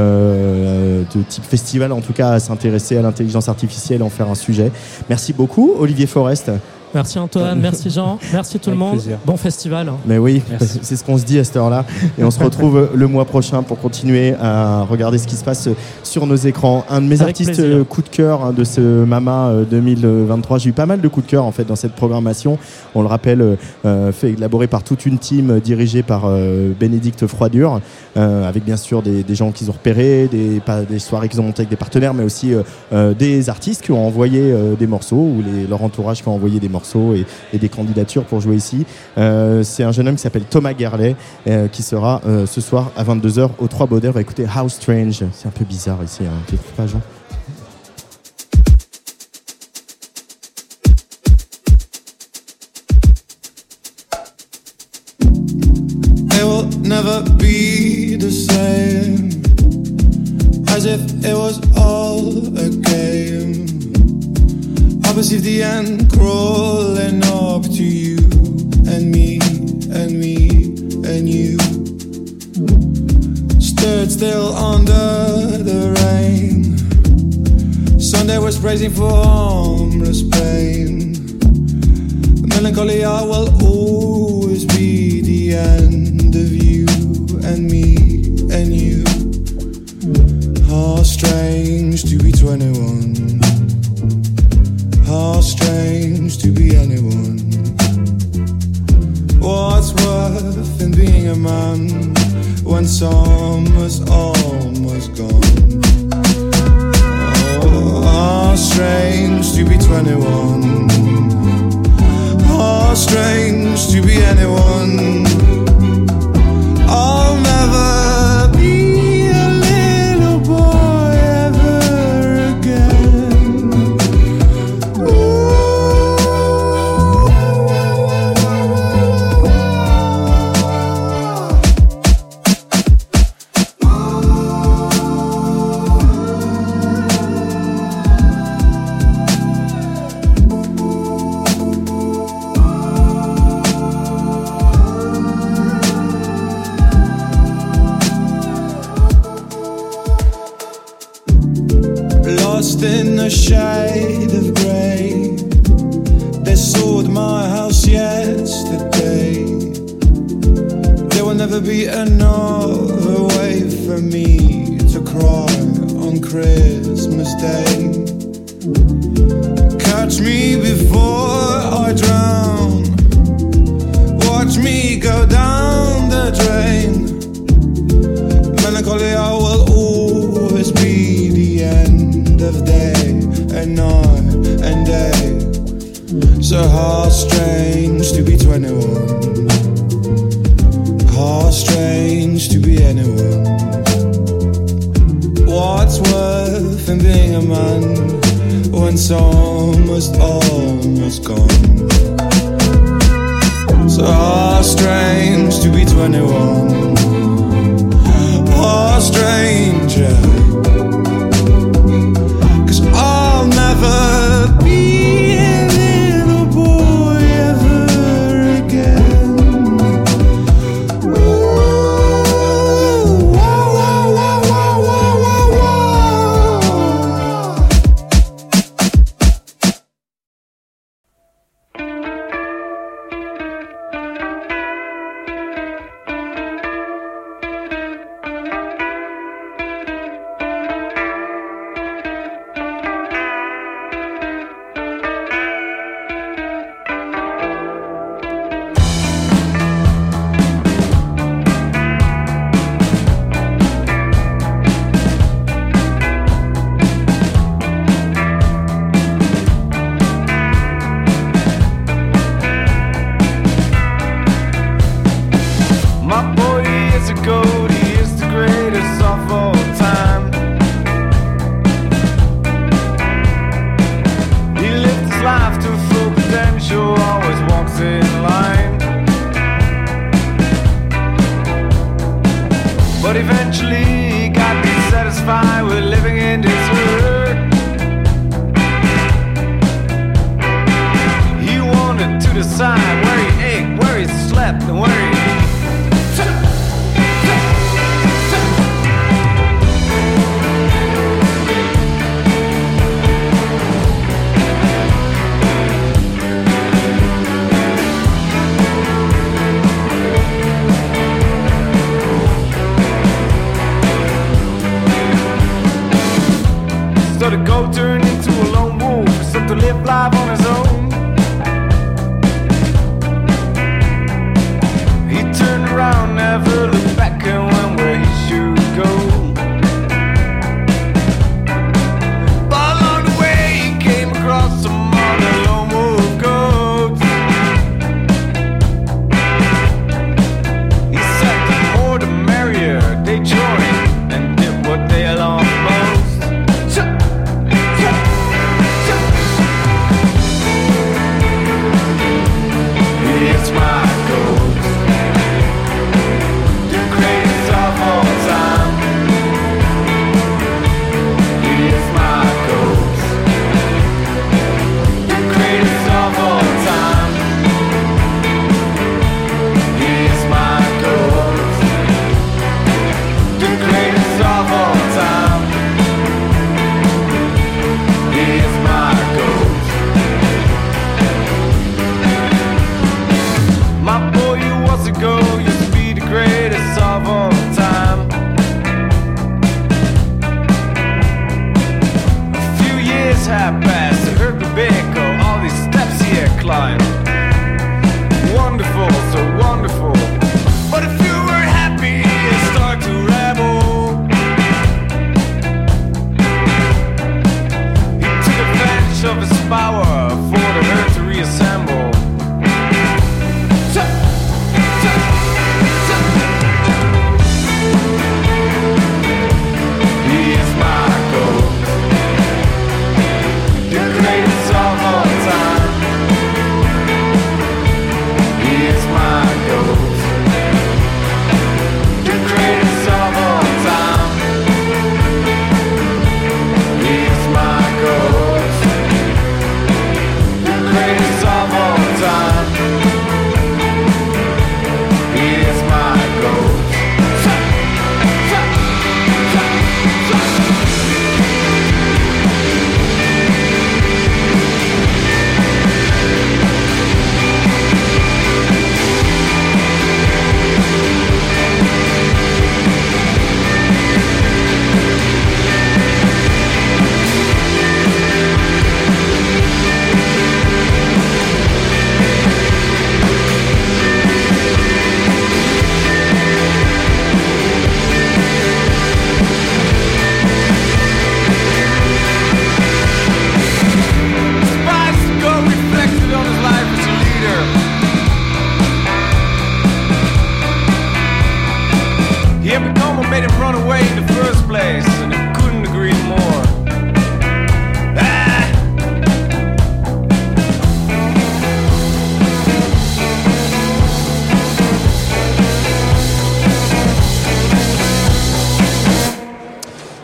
euh, de type festival, en tout cas, à s'intéresser à l'intelligence artificielle et en faire un sujet. Merci beaucoup, Olivier Forest. Merci Antoine, merci Jean, merci tout Avec le monde. Plaisir. Bon festival. Hein. Mais oui, merci. C'est ce qu'on se dit à cette heure-là. Et on se retrouve le mois prochain pour continuer à regarder ce qui se passe sur nos écrans. Un de mes Avec artistes plaisir. coup de cœur hein, de ce Mama deux mille vingt-trois. J'ai eu pas mal de coups de cœur en fait dans cette programmation. On le rappelle, euh, fait élaboré par toute une team dirigée par euh, Bénédicte Froidure, euh, avec bien sûr des, des gens qu'ils ont repérés, des, pas, des soirées qu'ils ont montées avec des partenaires, mais aussi euh, des artistes qui ont envoyé euh, des morceaux ou les, leur entourage qui ont envoyé des morceaux. Et, et des candidatures pour jouer ici. Euh, c'est un jeune homme qui s'appelle Thomas Gerlet euh, qui sera euh, ce soir à vingt-deux heures au trois Baudets. On va écouter How Strange. C'est un peu bizarre ici, hein. Tu trouves pas, Jean ? It will never be the same, as if it was all a game. I perceive the end crawling up to you and me and me and you. Stood still under the rain. Sunday was praising for harmless pain. Melancholy I will always be the end of you and me and you. How strange to be twenty-one. How strange to be anyone. What's worth in being a man when summer's almost gone? Oh, how strange to be twenty-one. How strange to be anyone. I'll never be a little boy ever again. In a shade of grey, they soared my house yesterday. There will never be another way for me to cry on Christmas Day. Catch me before I drown. Watch me go down the drain. Melancholy I will always be the end of day and night and day. So how strange to be twenty-one. How strange to be anyone. What's worth in being a man when it's almost, almost gone? So how strange to be twenty-one. How strange, yeah. 'Cause I'll never be a little boy ever again. Ooh, wow, wow, wow, wow, wow, wow, wow.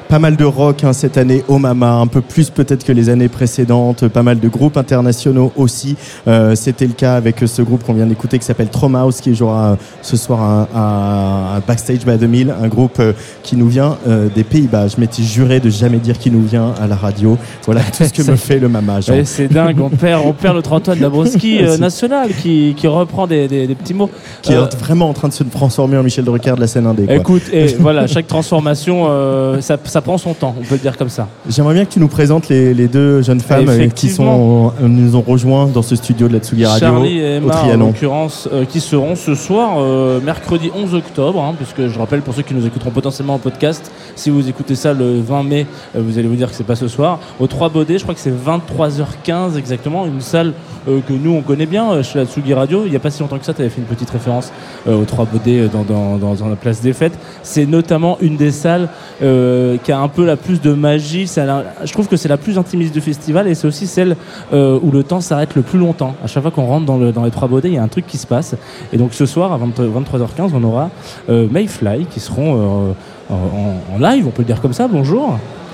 pas mal de rock hein, cette année au Mama, un peu plus peut-être que les années précédentes, pas mal de groupes internationaux aussi. Euh, c'était le cas avec ce groupe qu'on vient d'écouter qui s'appelle Tromhouse, qui jouera ce soir à, à, à Backstage by the Mill, un groupe euh, qui nous vient euh, des Pays-Bas. Je m'étais juré de jamais dire qui nous vient à la radio. Voilà tout ce que me fait le Mama. Ouais, c'est dingue, on perd, on perd notre Antoine Dabrowski euh, national qui, qui reprend des, des, des petits mots. Qui euh, est vraiment en train de se transformer en Michel Drucker de la scène indé. Quoi. Écoute, et voilà, chaque transformation, euh, ça, ça prend son temps, on peut le dire comme ça. J'aimerais bien que tu nous présentes les, les deux jeunes femmes qui sont, euh, nous ont rejoints dans ce studio de la Tsugi Radio. Charlie et Emma, au Trianon. en l'occurrence, euh, qui seront ce soir, euh, mercredi onze octobre, hein, puisque je rappelle pour ceux qui nous écouteront potentiellement en podcast, si vous écoutez ça le vingt mai, euh, vous allez vous dire que c'est pas ce soir, au trois Baudets, je crois que c'est vingt-trois heures quinze exactement, une salle euh, que nous on connaît bien euh, chez la Tsugi Radio. Il n'y a pas si longtemps que ça, tu avais fait une petite référence euh, au trois Baudets dans, dans, dans, dans la place des Fêtes. C'est notamment une des salles euh, qui a un peu la plus de magie. C'est la, je trouve que c'est la plus intimiste du festival et c'est aussi celle euh, où le temps s'arrête le plus longtemps. À chaque fois qu'on rentre dans, le, dans les trois Baudets, il y a un truc qui se passe. Et donc ce soir à vingt-trois heures quinze, on aura euh, Mayfly qui seront euh, en, en live, on peut le dire comme ça. Bonjour.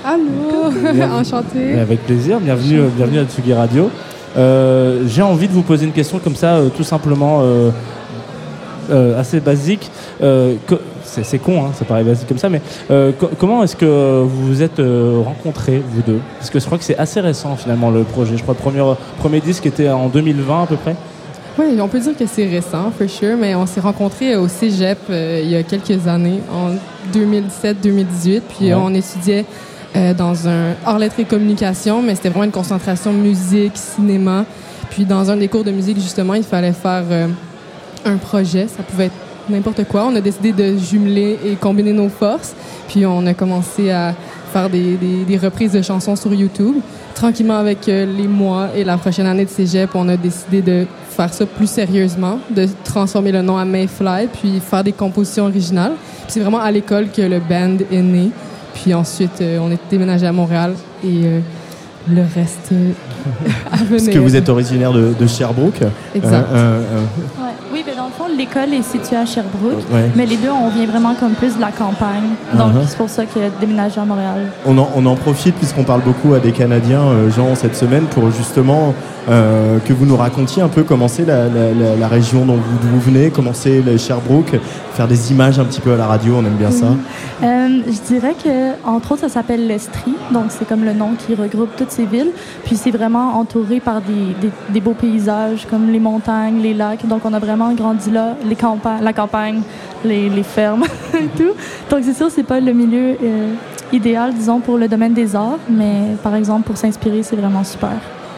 Allô, enchanté. Avec plaisir, bienvenue, euh, bienvenue à Tsugi Radio. Euh, j'ai envie de vous poser une question comme ça, euh, tout simplement euh, euh, assez basique. Euh, co- c'est, c'est con, hein, ça paraît basique comme ça, mais euh, co- comment est-ce que vous vous êtes euh, rencontrés, vous deux ? Parce que je crois que c'est assez récent finalement le projet. Je crois que le premier, premier disque était en deux mille vingt à peu près. Oui, on peut dire que c'est récent, for sure, mais on s'est rencontrés au Cégep euh, il y a quelques années, en deux mille dix-sept deux mille dix-huit, puis ouais. on étudiait euh, dans un hors lettres et communication, mais c'était vraiment une concentration musique, cinéma. Puis dans un des cours de musique, justement, il fallait faire euh, un projet, ça pouvait être n'importe quoi. On a décidé de jumeler et combiner nos forces, puis on a commencé à faire des, des, des reprises de chansons sur YouTube. Tranquillement, avec euh, les mois et la prochaine année de Cégep, on a décidé de faire ça plus sérieusement, de transformer le nom à Mayfly, puis faire des compositions originales. Puis c'est vraiment à l'école que le band est né. Puis ensuite, euh, on est déménagé à Montréal et euh, le reste euh, à venir. Parce que vous êtes originaire de, de Sherbrooke. Exact. Euh, euh, euh. Ouais. Oui, mais dans le fond, l'école est située à Sherbrooke, ouais. mais les deux, on vient vraiment comme plus de la campagne. Donc, Uh-huh. c'est pour ça qu'il a déménagé à Montréal. On en, on en profite, puisqu'on parle beaucoup à des Canadiens, euh, Jean, cette semaine, pour justement euh, que vous nous racontiez un peu comment c'est la, la, la, la région dont vous, d'où vous venez, comment c'est le Sherbrooke, faire des images un petit peu à la radio, on aime bien ça. Euh, je dirais que, entre autres, ça s'appelle l'Estrie, donc c'est comme le nom qui regroupe toutes ces villes. Puis c'est vraiment entouré par des, des, des beaux paysages, comme les montagnes, les lacs. Donc on a vraiment grandi là, les campa- la campagne, les, les fermes et tout. Donc c'est sûr, c'est pas le milieu euh, idéal, disons, pour le domaine des arts, mais par exemple, pour s'inspirer, c'est vraiment super.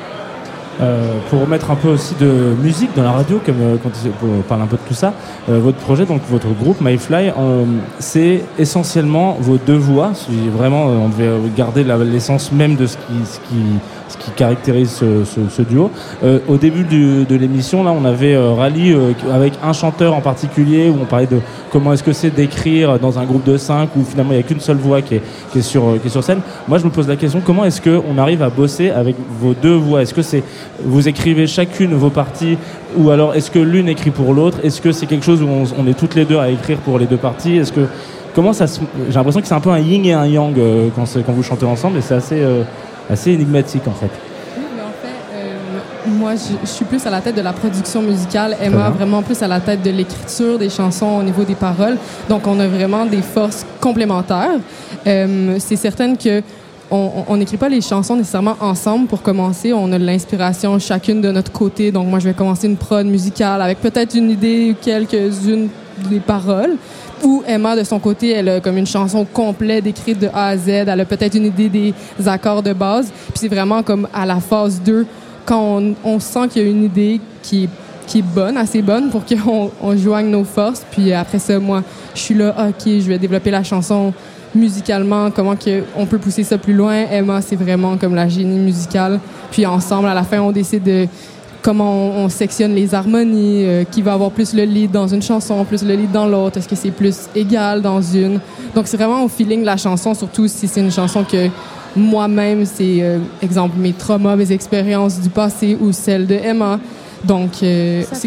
Euh, pour remettre un peu aussi de musique dans la radio, comme euh, quand on parle un peu de tout ça, euh, votre projet, donc votre groupe Mayfly, euh, c'est essentiellement vos deux voix. Si vraiment euh, on devait garder la, l'essence même de ce qui, ce qui, ce qui caractérise ce, ce, ce duo. Euh, au début du, de l'émission, là, on avait euh, rallye euh, avec un chanteur en particulier où on parlait de comment est-ce que c'est d'écrire dans un groupe de cinq où finalement il n'y a qu'une seule voix qui est, qui est sur, qui est sur scène. Moi, je me pose la question, comment est-ce qu'on arrive à bosser avec vos deux voix ? Est-ce que c'est vous écrivez chacune vos parties ou alors est-ce que l'une écrit pour l'autre ? Est-ce que c'est quelque chose où on, on est toutes les deux à écrire pour les deux parties ? Est-ce que comment ça se... J'ai l'impression que c'est un peu un yin et un yang euh, quand, quand vous chantez ensemble et c'est assez, euh, assez énigmatique en fait. Oui, mais en fait, euh, moi je, je suis plus à la tête de la production musicale, Emma vraiment plus à la tête de l'écriture des chansons au niveau des paroles. Donc on a vraiment des forces complémentaires. Euh, c'est certain que on n'écrit pas les chansons nécessairement ensemble pour commencer. On a de l'inspiration chacune de notre côté. Donc, moi, je vais commencer une prod musicale avec peut-être une idée ou quelques-unes des paroles. Ou Emma, de son côté, elle a comme une chanson complète écrite de A à Z. Elle a peut-être une idée des accords de base. Puis c'est vraiment comme à la phase deux, quand on, on sent qu'il y a une idée qui est, qui est bonne, assez bonne, pour qu'on on joigne nos forces. Puis après ça, moi, je suis là, OK, je vais développer la chanson musicalement, comment que on peut pousser ça plus loin. Emma, c'est vraiment comme la génie musicale. Puis ensemble, à la fin, on décide de comment on, on sectionne les harmonies, euh, qui va avoir plus le lead dans une chanson, plus le lead dans l'autre. Est-ce que c'est plus égal dans une? Donc, c'est vraiment au feeling de la chanson, surtout si c'est une chanson que moi-même, c'est, euh, exemple, mes traumas, mes expériences du passé ou celles de Emma. Donc, euh, c'est fait, comme ça.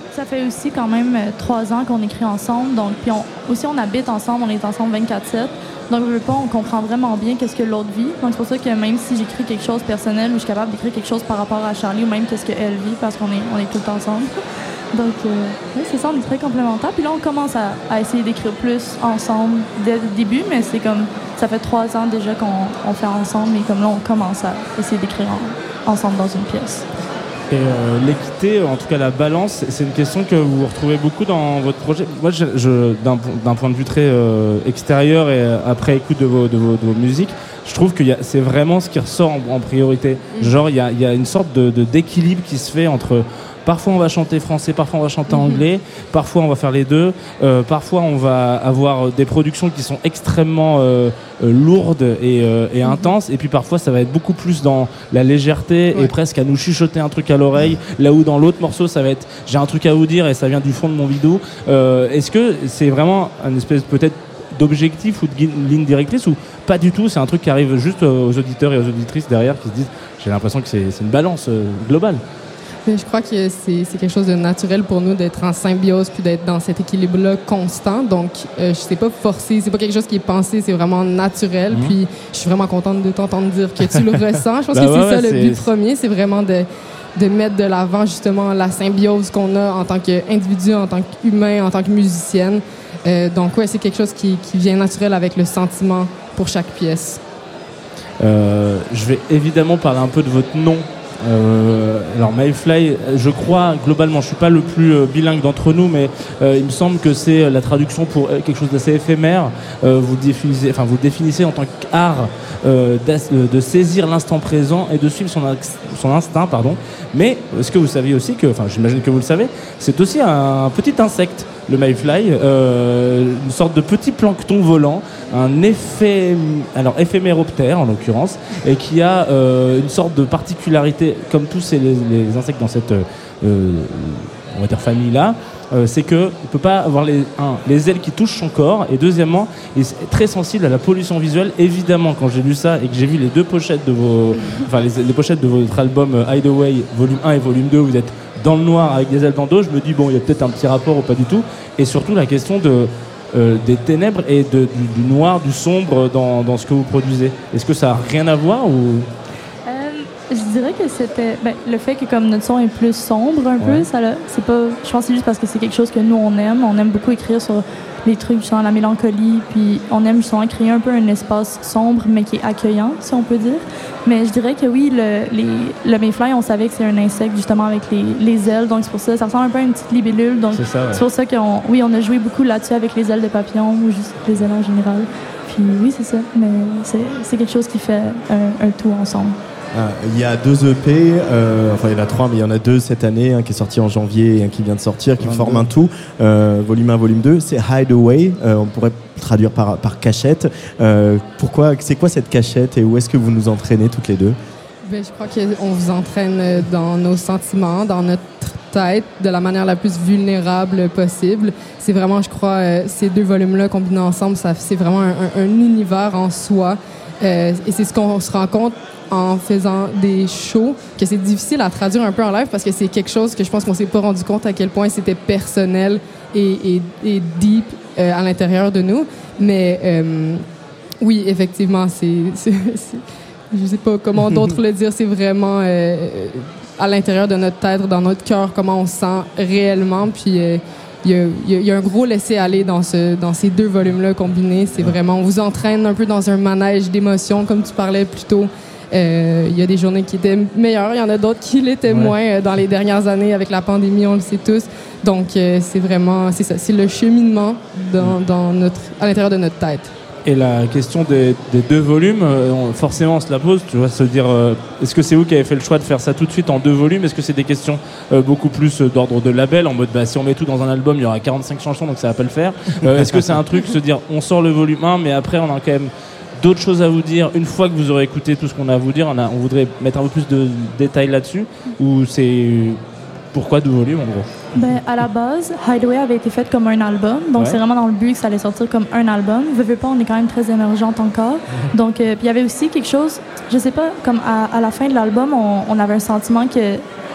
Ça fait aussi quand même euh, trois ans qu'on écrit ensemble. Donc, puis on, aussi, on habite ensemble, on est ensemble vingt-quatre sept. Donc, je veux pas, on comprend vraiment bien qu'est-ce que l'autre vit. Donc, c'est pour ça que même si j'écris quelque chose personnel ou je suis capable d'écrire quelque chose par rapport à Charlie ou même qu'est-ce qu'elle vit parce qu'on est, on est tout le temps ensemble. Donc, euh, oui, c'est ça, on est très complémentaires. Puis là, on commence à, à essayer d'écrire plus ensemble dès le début, mais c'est comme, ça fait trois ans déjà qu'on on fait ensemble et comme là, on commence à essayer d'écrire en, ensemble dans une pièce. Et euh, l'équité, en tout cas la balance, c'est une question que vous retrouvez beaucoup dans votre projet. Moi, je, je, d'un, d'un point de vue très euh, extérieur et après écoute de vos, de vos, de vos musiques, je trouve que y a, c'est vraiment ce qui ressort en, en priorité. Genre, il y a, y a une sorte de, de, d'équilibre qui se fait entre... Parfois on va chanter français, parfois on va chanter anglais, mm-hmm. parfois on va faire les deux, euh, parfois on va avoir des productions qui sont extrêmement euh, euh, lourdes et, euh, et mm-hmm. intenses, et puis parfois ça va être beaucoup plus dans la légèreté ouais. et presque à nous chuchoter un truc à l'oreille, mm-hmm. là où dans l'autre morceau ça va être j'ai un truc à vous dire et ça vient du fond de mon bidou. Euh, est-ce que c'est vraiment une espèce peut-être d'objectif ou de ligne directrice ou pas du tout, c'est un truc qui arrive juste aux auditeurs et aux auditrices derrière qui se disent j'ai l'impression que c'est, c'est une balance euh, globale? Je crois que c'est, c'est quelque chose de naturel pour nous d'être en symbiose puis d'être dans cet équilibre-là constant. Donc, euh, je sais pas forcé, c'est pas quelque chose qui est pensé, c'est vraiment naturel. Mmh. Puis, je suis vraiment contente de t'entendre dire que tu le ressens. Je pense bah que ouais, c'est ça le c'est... but premier, c'est vraiment de, de mettre de l'avant justement la symbiose qu'on a en tant qu'individu, en tant qu'humain, en tant que musicienne. Euh, donc, ouais, c'est quelque chose qui, qui vient naturel avec le sentiment pour chaque pièce. Euh, je vais évidemment parler un peu de votre nom. Euh, alors Mayfly, je crois globalement, je suis pas le plus euh, bilingue d'entre nous, mais euh, il me semble que c'est la traduction pour euh, quelque chose d'assez éphémère. Euh, vous définissez, enfin vous définissez en tant qu'art euh, de saisir l'instant présent et de suivre son, son instinct, pardon. Mais est-ce que vous saviez aussi que, enfin j'imagine que vous le savez, c'est aussi un, un petit insecte. Le Mayfly, euh, une sorte de petit plancton volant, un effet, alors éphéméroptère en l'occurrence, et qui a euh, une sorte de particularité, comme tous ces, les, les insectes dans cette euh, on va dire famille-là, euh, c'est qu'il ne peut pas avoir les, un, les ailes qui touchent son corps, et deuxièmement, il est très sensible à la pollution visuelle. Évidemment, quand j'ai lu ça et que j'ai vu les deux pochettes de vos, enfin les, les pochettes de votre album Hideaway volume un et volume deux, vous êtes dans le noir avec des ailes dans le dos, je me dis bon, il y a peut-être un petit rapport ou pas du tout. Et surtout la question de, euh, des ténèbres et de, du, du noir, du sombre dans, dans ce que vous produisez. Est-ce que ça a rien à voir ou... euh, Je dirais que c'était ben, le fait que comme notre son est plus sombre un ouais. peu, ça là, c'est pas. Je pense que c'est juste parce que c'est quelque chose que nous on aime. On aime beaucoup écrire sur les trucs genre la mélancolie, puis on aime justement créer un peu un espace sombre mais qui est accueillant, si on peut dire. Mais je dirais que oui, le, les, le Mayfly, on savait que c'est un insecte justement avec les, les ailes, donc c'est pour ça, ça ressemble un peu à une petite libellule, donc c'est, ça, ouais. c'est pour ça qu'on, oui, on a joué beaucoup là-dessus avec les ailes de papillon ou juste les ailes en général. Puis oui, c'est ça, mais c'est, c'est quelque chose qui fait un, un tout ensemble. Ah, il y a deux E P, euh, enfin il y en a trois, mais il y en a deux cette année, un qui est sorti en janvier et un qui vient de sortir, qui forment un tout, euh, volume un, volume deux. C'est Hideaway, euh, on pourrait traduire par, par cachette. Euh, pourquoi, c'est quoi cette cachette et où est-ce que vous nous entraînez toutes les deux? Ben, je crois qu'on vous entraîne dans nos sentiments, dans notre tête, de la manière la plus vulnérable possible. C'est vraiment, je crois, euh, ces deux volumes-là combinés ensemble, ça, c'est vraiment un, un, un univers en soi. Euh, et c'est ce qu'on se rend compte en faisant des shows, que c'est difficile à traduire un peu en live parce que c'est quelque chose que je pense qu'on s'est pas rendu compte à quel point c'était personnel et, et, et deep euh, à l'intérieur de nous. Mais euh, oui, effectivement, c'est, c'est, c'est... je sais pas comment d'autres le dire, c'est vraiment euh, à l'intérieur de notre tête, dans notre cœur, comment on se sent réellement. Puis il euh, y, y, y a un gros laisser-aller dans, ce, dans ces deux volumes-là combinés. C'est vraiment, on vous entraîne un peu dans un manège d'émotions, comme tu parlais plus tôt. Il euh, y a des journées qui étaient meilleures, il y en a d'autres qui l'étaient ouais. moins euh, dans les dernières années avec la pandémie, on le sait tous. Donc euh, c'est vraiment, c'est ça, c'est le cheminement dans, dans notre, à l'intérieur de notre tête. Et la question des, des deux volumes, euh, forcément on se la pose, tu vois, se dire, euh, est-ce que c'est vous qui avez fait le choix de faire ça tout de suite en deux volumes? Est-ce que c'est des questions euh, beaucoup plus euh, d'ordre de label, en mode bah, si on met tout dans un album, il y aura quarante-cinq chansons, donc ça va pas le faire. euh, Est-ce que c'est un truc, se dire, on sort le volume un, mais après on a quand même d'autres choses à vous dire une fois que vous aurez écouté tout ce qu'on a à vous dire? On, a, on voudrait mettre un peu plus de détails là-dessus, ou c'est pourquoi deux volumes en gros? Ben, à la base, Hideaway avait été fait comme un album, donc ouais. c'est vraiment dans le but que ça allait sortir comme un album. Veux, veux pas, on est quand même très émergente encore. Mm-hmm. Donc, euh, puis il y avait aussi quelque chose, je sais pas, comme à, à la fin de l'album, on, on avait un sentiment que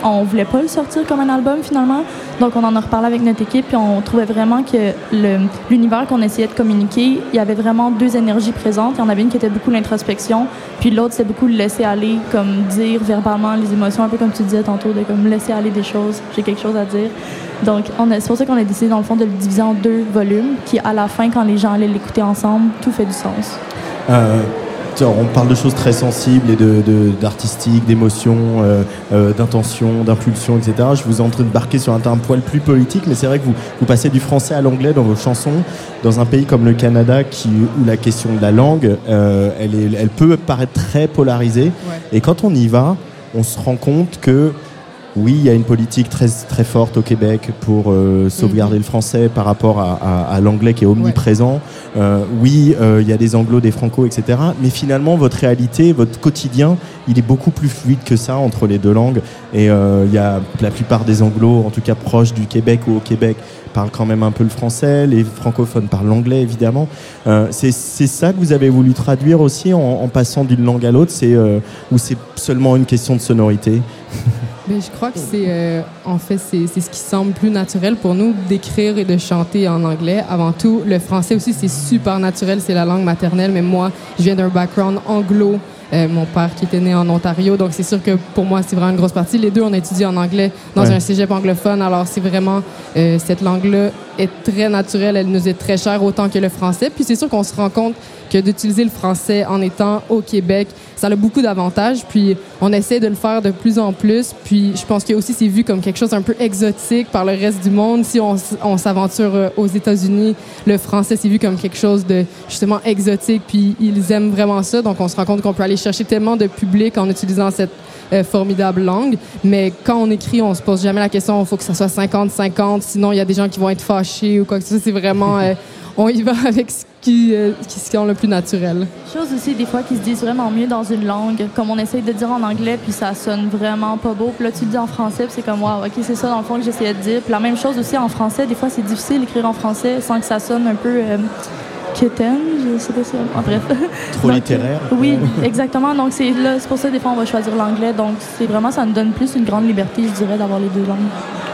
on voulait pas le sortir comme un album finalement. Donc on en a reparlé avec notre équipe puis on trouvait vraiment que le, l'univers qu'on essayait de communiquer, il y avait vraiment deux énergies présentes. Il y en avait une qui était beaucoup l'introspection, puis l'autre c'était beaucoup le laisser aller, comme dire verbalement les émotions, un peu comme tu disais tantôt, de comme laisser aller des choses. J'ai quelque chose à dire. Donc on a, c'est pour ça qu'on a décidé dans le fond de le diviser en deux volumes, qui à la fin quand les gens allaient l'écouter ensemble, tout fait du sens. Euh... On parle de choses très sensibles et de, de, d'artistique, d'émotion, euh, euh, d'intention, d'impulsion, et cetera. Je vous ai en train de barquer sur un terme poil plus politique, mais c'est vrai que vous, vous passez du français à l'anglais dans vos chansons, dans un pays comme le Canada qui, où la question de la langue, euh, elle, est, elle peut paraître très polarisée. Ouais. Et quand on y va, on se rend compte que oui, il y a une politique très, très forte au Québec pour euh, sauvegarder mm-hmm. le français par rapport à, à, à l'anglais qui est omniprésent. Ouais. Euh, oui, euh, il y a des anglos, des francos, et cetera. Mais finalement, votre réalité, votre quotidien, il est beaucoup plus fluide que ça entre les deux langues. Et euh, il y a la plupart des anglos, en tout cas proches du Québec ou au Québec, parlent quand même un peu le français. Les francophones parlent l'anglais, évidemment. Euh, c'est, c'est ça que vous avez voulu traduire aussi en, en passant d'une langue à l'autre, c'est, euh, ou c'est seulement une question de sonorité? Mais je crois que c'est, euh, en fait, c'est, c'est ce qui semble plus naturel pour nous d'écrire et de chanter en anglais. Avant tout, le français aussi, c'est super naturel, c'est la langue maternelle. Mais moi, je viens d'un background anglo. Euh, mon père qui était né en Ontario, donc c'est sûr que pour moi, c'est vraiment une grosse partie. Les deux, on a étudié en anglais dans ouais. un cégep anglophone, alors c'est vraiment, euh, cette langue-là est très naturelle, elle nous est très chère autant que le français. Puis c'est sûr qu'on se rend compte que d'utiliser le français en étant au Québec, ça a beaucoup d'avantages, puis on essaie de le faire de plus en plus, puis je pense que aussi c'est vu comme quelque chose un peu exotique par le reste du monde. Si on, on s'aventure aux États-Unis, le français c'est vu comme quelque chose de justement exotique, puis ils aiment vraiment ça, donc on se rend compte qu'on peut aller chercher tellement de public en utilisant cette euh, formidable langue, mais quand on écrit, on se pose jamais la question, il faut que ça soit cinquante cinquante, sinon il y a des gens qui vont être fâchés ou quoi que ce soit. C'est vraiment, euh, on y va avec ce qui, euh, qui se rend le plus naturel. Chose aussi des fois qui se disent vraiment mieux dans une langue, comme on essaye de dire en anglais, puis ça sonne vraiment pas beau, puis là tu le dis en français, puis c'est comme wow, ok, c'est ça dans le fond que j'essayais de dire. Puis la même chose aussi en français, des fois c'est difficile d'écrire en français sans que ça sonne un peu euh, quétaine, je sais pas si... En bref. Trop donc, littéraire. Oui, exactement. Donc c'est là, c'est pour ça des fois on va choisir l'anglais. Donc c'est vraiment, ça nous donne plus une grande liberté, je dirais, d'avoir les deux langues.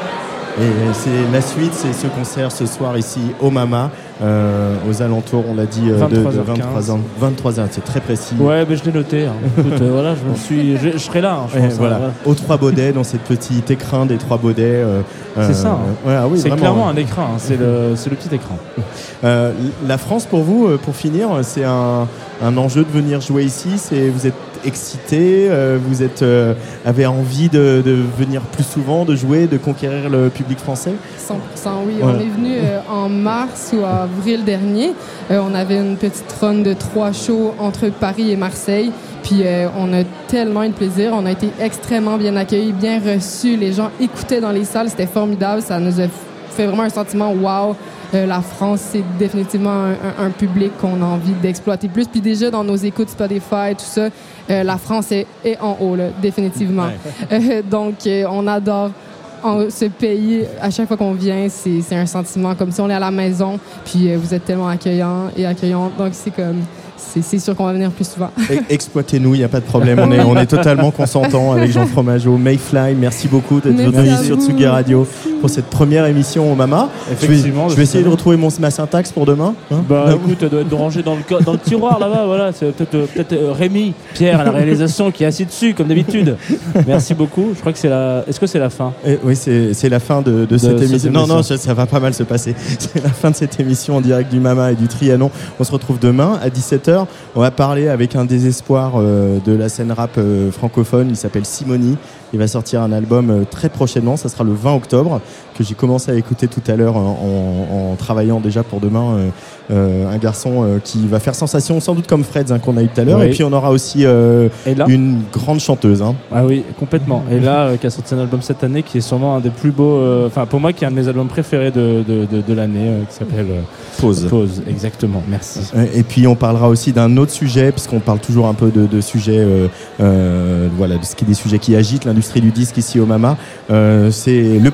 Et c'est la suite, c'est ce concert ce soir ici au Mama, euh, aux alentours, on l'a dit, euh, de, de vingt-trois heures. vingt-trois heures, c'est très précis. Ouais, mais je l'ai noté. Hein. Écoute, euh, voilà, je me suis, je, je serai là. Hein, je ouais, pense, voilà. hein, voilà. Aux Trois Baudets, dans cette petite écrin des Trois Baudets. Euh, c'est ça. Hein. Euh, ouais, ah oui, c'est vraiment, clairement hein. un écran. Hein. C'est le, c'est le petit écran. Euh, la France, pour vous, pour finir, c'est un, un enjeu de venir jouer ici. C'est, vous êtes excité, euh, vous êtes, euh, avez envie de, de venir plus souvent, de jouer, de conquérir le public français? cent pour cent oui. Ouais. On est venu euh, en mars ou avril dernier. Euh, on avait une petite run de trois shows entre Paris et Marseille. Puis euh, on a tellement eu de plaisir. On a été extrêmement bien accueillis, bien reçus. Les gens écoutaient dans les salles. C'était formidable. Ça nous a fait vraiment un sentiment wow. Euh, la France, c'est définitivement un, un, un public qu'on a envie d'exploiter plus. Puis déjà, dans nos écoutes Spotify, tout ça, euh, la France est, est en haut, là, définitivement. Ouais. Euh, donc, euh, on adore en, ce pays. À chaque fois qu'on vient, c'est, c'est un sentiment comme si on est à la maison. Puis euh, vous êtes tellement accueillants et accueillants. Donc, c'est comme... C'est, c'est sûr qu'on va venir plus souvent. Exploitez-nous, il n'y a pas de problème. On est, on est totalement consentants avec Jean Fromageau. Mayfly, merci beaucoup d'être venu sur Tsugi Radio pour cette première émission au Mama. Effectivement. Je vais, je vais essayer de retrouver mon, ma syntaxe pour demain. Hein bah non. Écoute, elle doit être rangée dans le, dans le tiroir là-bas. Voilà. C'est peut-être, euh, peut-être euh, Rémi, Pierre à la réalisation qui est assis dessus comme d'habitude. Merci beaucoup. Je crois que c'est la... Est-ce que c'est la fin? Et oui, c'est, c'est la fin de, de, de cette, cette émission. émission. Non, non, ça va pas mal se passer. C'est la fin de cette émission en direct du Mama et du Trianon. On se retrouve demain à dix-sept heures. On va parler avec un désespoir euh, de la scène rap euh, francophone. Il s'appelle Simoni. Il va sortir un album euh, très prochainement. Ça sera le vingt octobre, que j'ai commencé à écouter tout à l'heure en, en, en travaillant déjà pour demain. Euh, euh, un garçon euh, qui va faire sensation, sans doute comme Fred, hein, qu'on a eu tout à l'heure. Oui. Et puis on aura aussi euh, une grande chanteuse. Hein. Ah oui, complètement. Et là, euh, qui a sorti un album cette année, qui est sûrement un des plus beaux. Enfin, euh, pour moi, qui est un de mes albums préférés de, de, de, de l'année, euh, qui s'appelle euh, Pause. Pause, exactement. Merci. Et puis on parlera aussi d'un autre sujet, puisqu'on parle toujours un peu de, de sujets, euh, euh, voilà, de ce qui est des sujets qui agitent l'industrie du disque ici au Mama. Euh, c'est le Brexit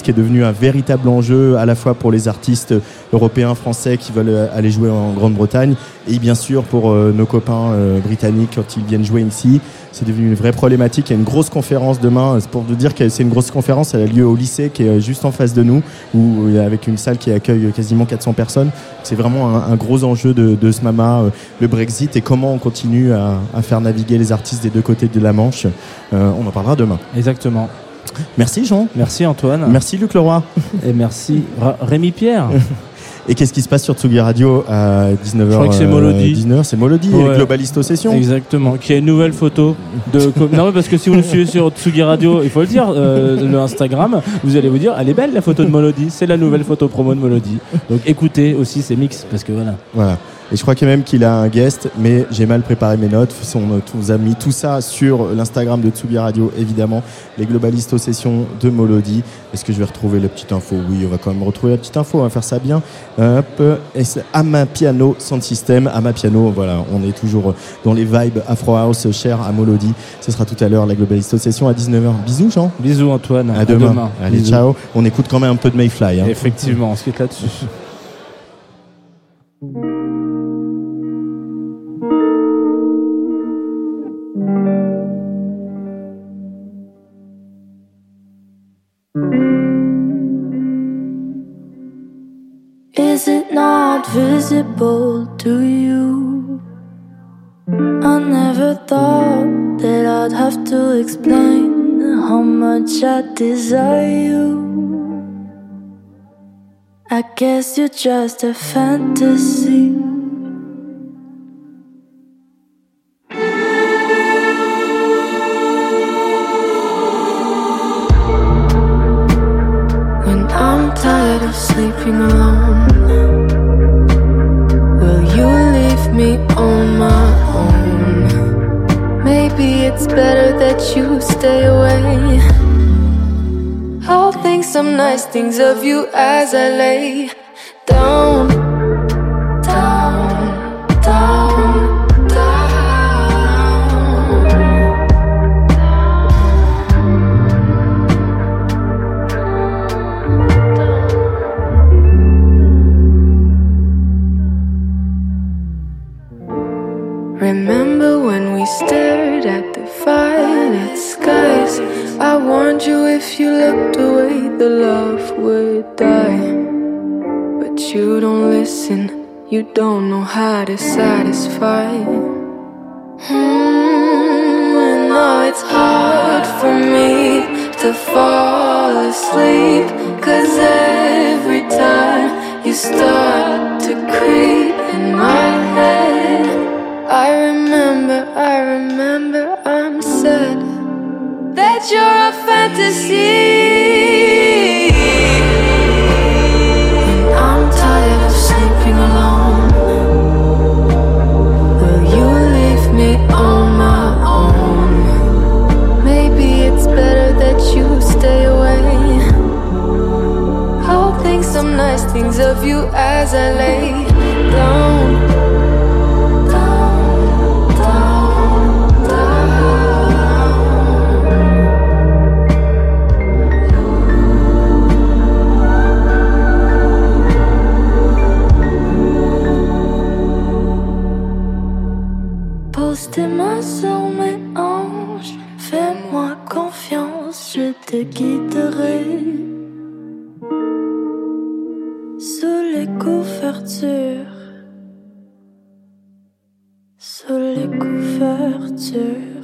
qui est devenu un véritable enjeu à la fois pour les artistes européens, français qui veulent aller jouer en Grande-Bretagne et bien sûr pour euh, nos copains euh, britanniques quand ils viennent jouer ici. C'est devenu une vraie problématique. Il y a une grosse conférence demain. C'est pour vous dire que c'est une grosse conférence. Elle a lieu au lycée qui est juste en face de nous, où, avec une salle qui accueille quasiment quatre cents personnes. C'est vraiment un, un gros enjeu de, de ce MAMA, euh, le Brexit et comment on continue à, à faire naviguer les artistes des deux côtés de la Manche. Euh, on en parlera demain. Exactement. Merci Jean. Merci Antoine. Merci Luc Leroy. Et merci Ra- Rémi Pierre. Et qu'est-ce qui se passe sur Tsugi Radio à dix-neuf heures? Je crois que c'est Molody. dix-neuf heures, c'est Molody, Ouais. Globalisto Session. Exactement. Qui a une nouvelle photo de. Non, mais parce que si vous le suivez sur Tsugi Radio, il faut le dire, euh, le Instagram, vous allez vous dire, elle est belle la photo de Molody. C'est la nouvelle photo promo de Molody. Donc écoutez aussi ces mix parce que voilà. Voilà. Et je crois quand même qu'il a un guest, mais j'ai mal préparé mes notes. On vous a mis tout ça sur l'Instagram de Tsugi Radio, évidemment. Les Globalisto Sessions de Molody. Est-ce que je vais retrouver la petite info? Oui, on va quand même retrouver la petite info. On va faire ça bien. Hop. Et c'est Amapiano Sound System. Amapiano, voilà. On est toujours dans les vibes Afro House, cher à Molody. Ce sera tout à l'heure la Globalisto Session à dix-neuf heures. Bisous, Jean. Bisous, Antoine. À, À demain. demain. Allez, Bisous. ciao. On écoute quand même un peu de Mayfly. Hein. Effectivement, on se quitte là-dessus. Is it not visible to you? I never thought that I'd have to explain how much I desire you. I guess you're just a fantasy. When I'm tired of sleeping alone, will you leave me on my own? Maybe it's better that you stay away. I'll think some nice things of you as I lay down, down, down, down. Remember when we stared at the violet skies? I warned you if you looked away, the love would die. But you don't listen, you don't know how to satisfy. Hmm, and now it's hard for me to fall asleep, 'cause every time you start to creep in my head, I remember, I remember I'm sad that you're a fantasy. And I'm tired of sleeping alone. Will you leave me on my own? Maybe it's better that you stay away. I'll think some nice things of you as I lay down. T'es ma sur mes hanches, fais-moi confiance, je te guiderai. Sous les couvertures, sous les couvertures.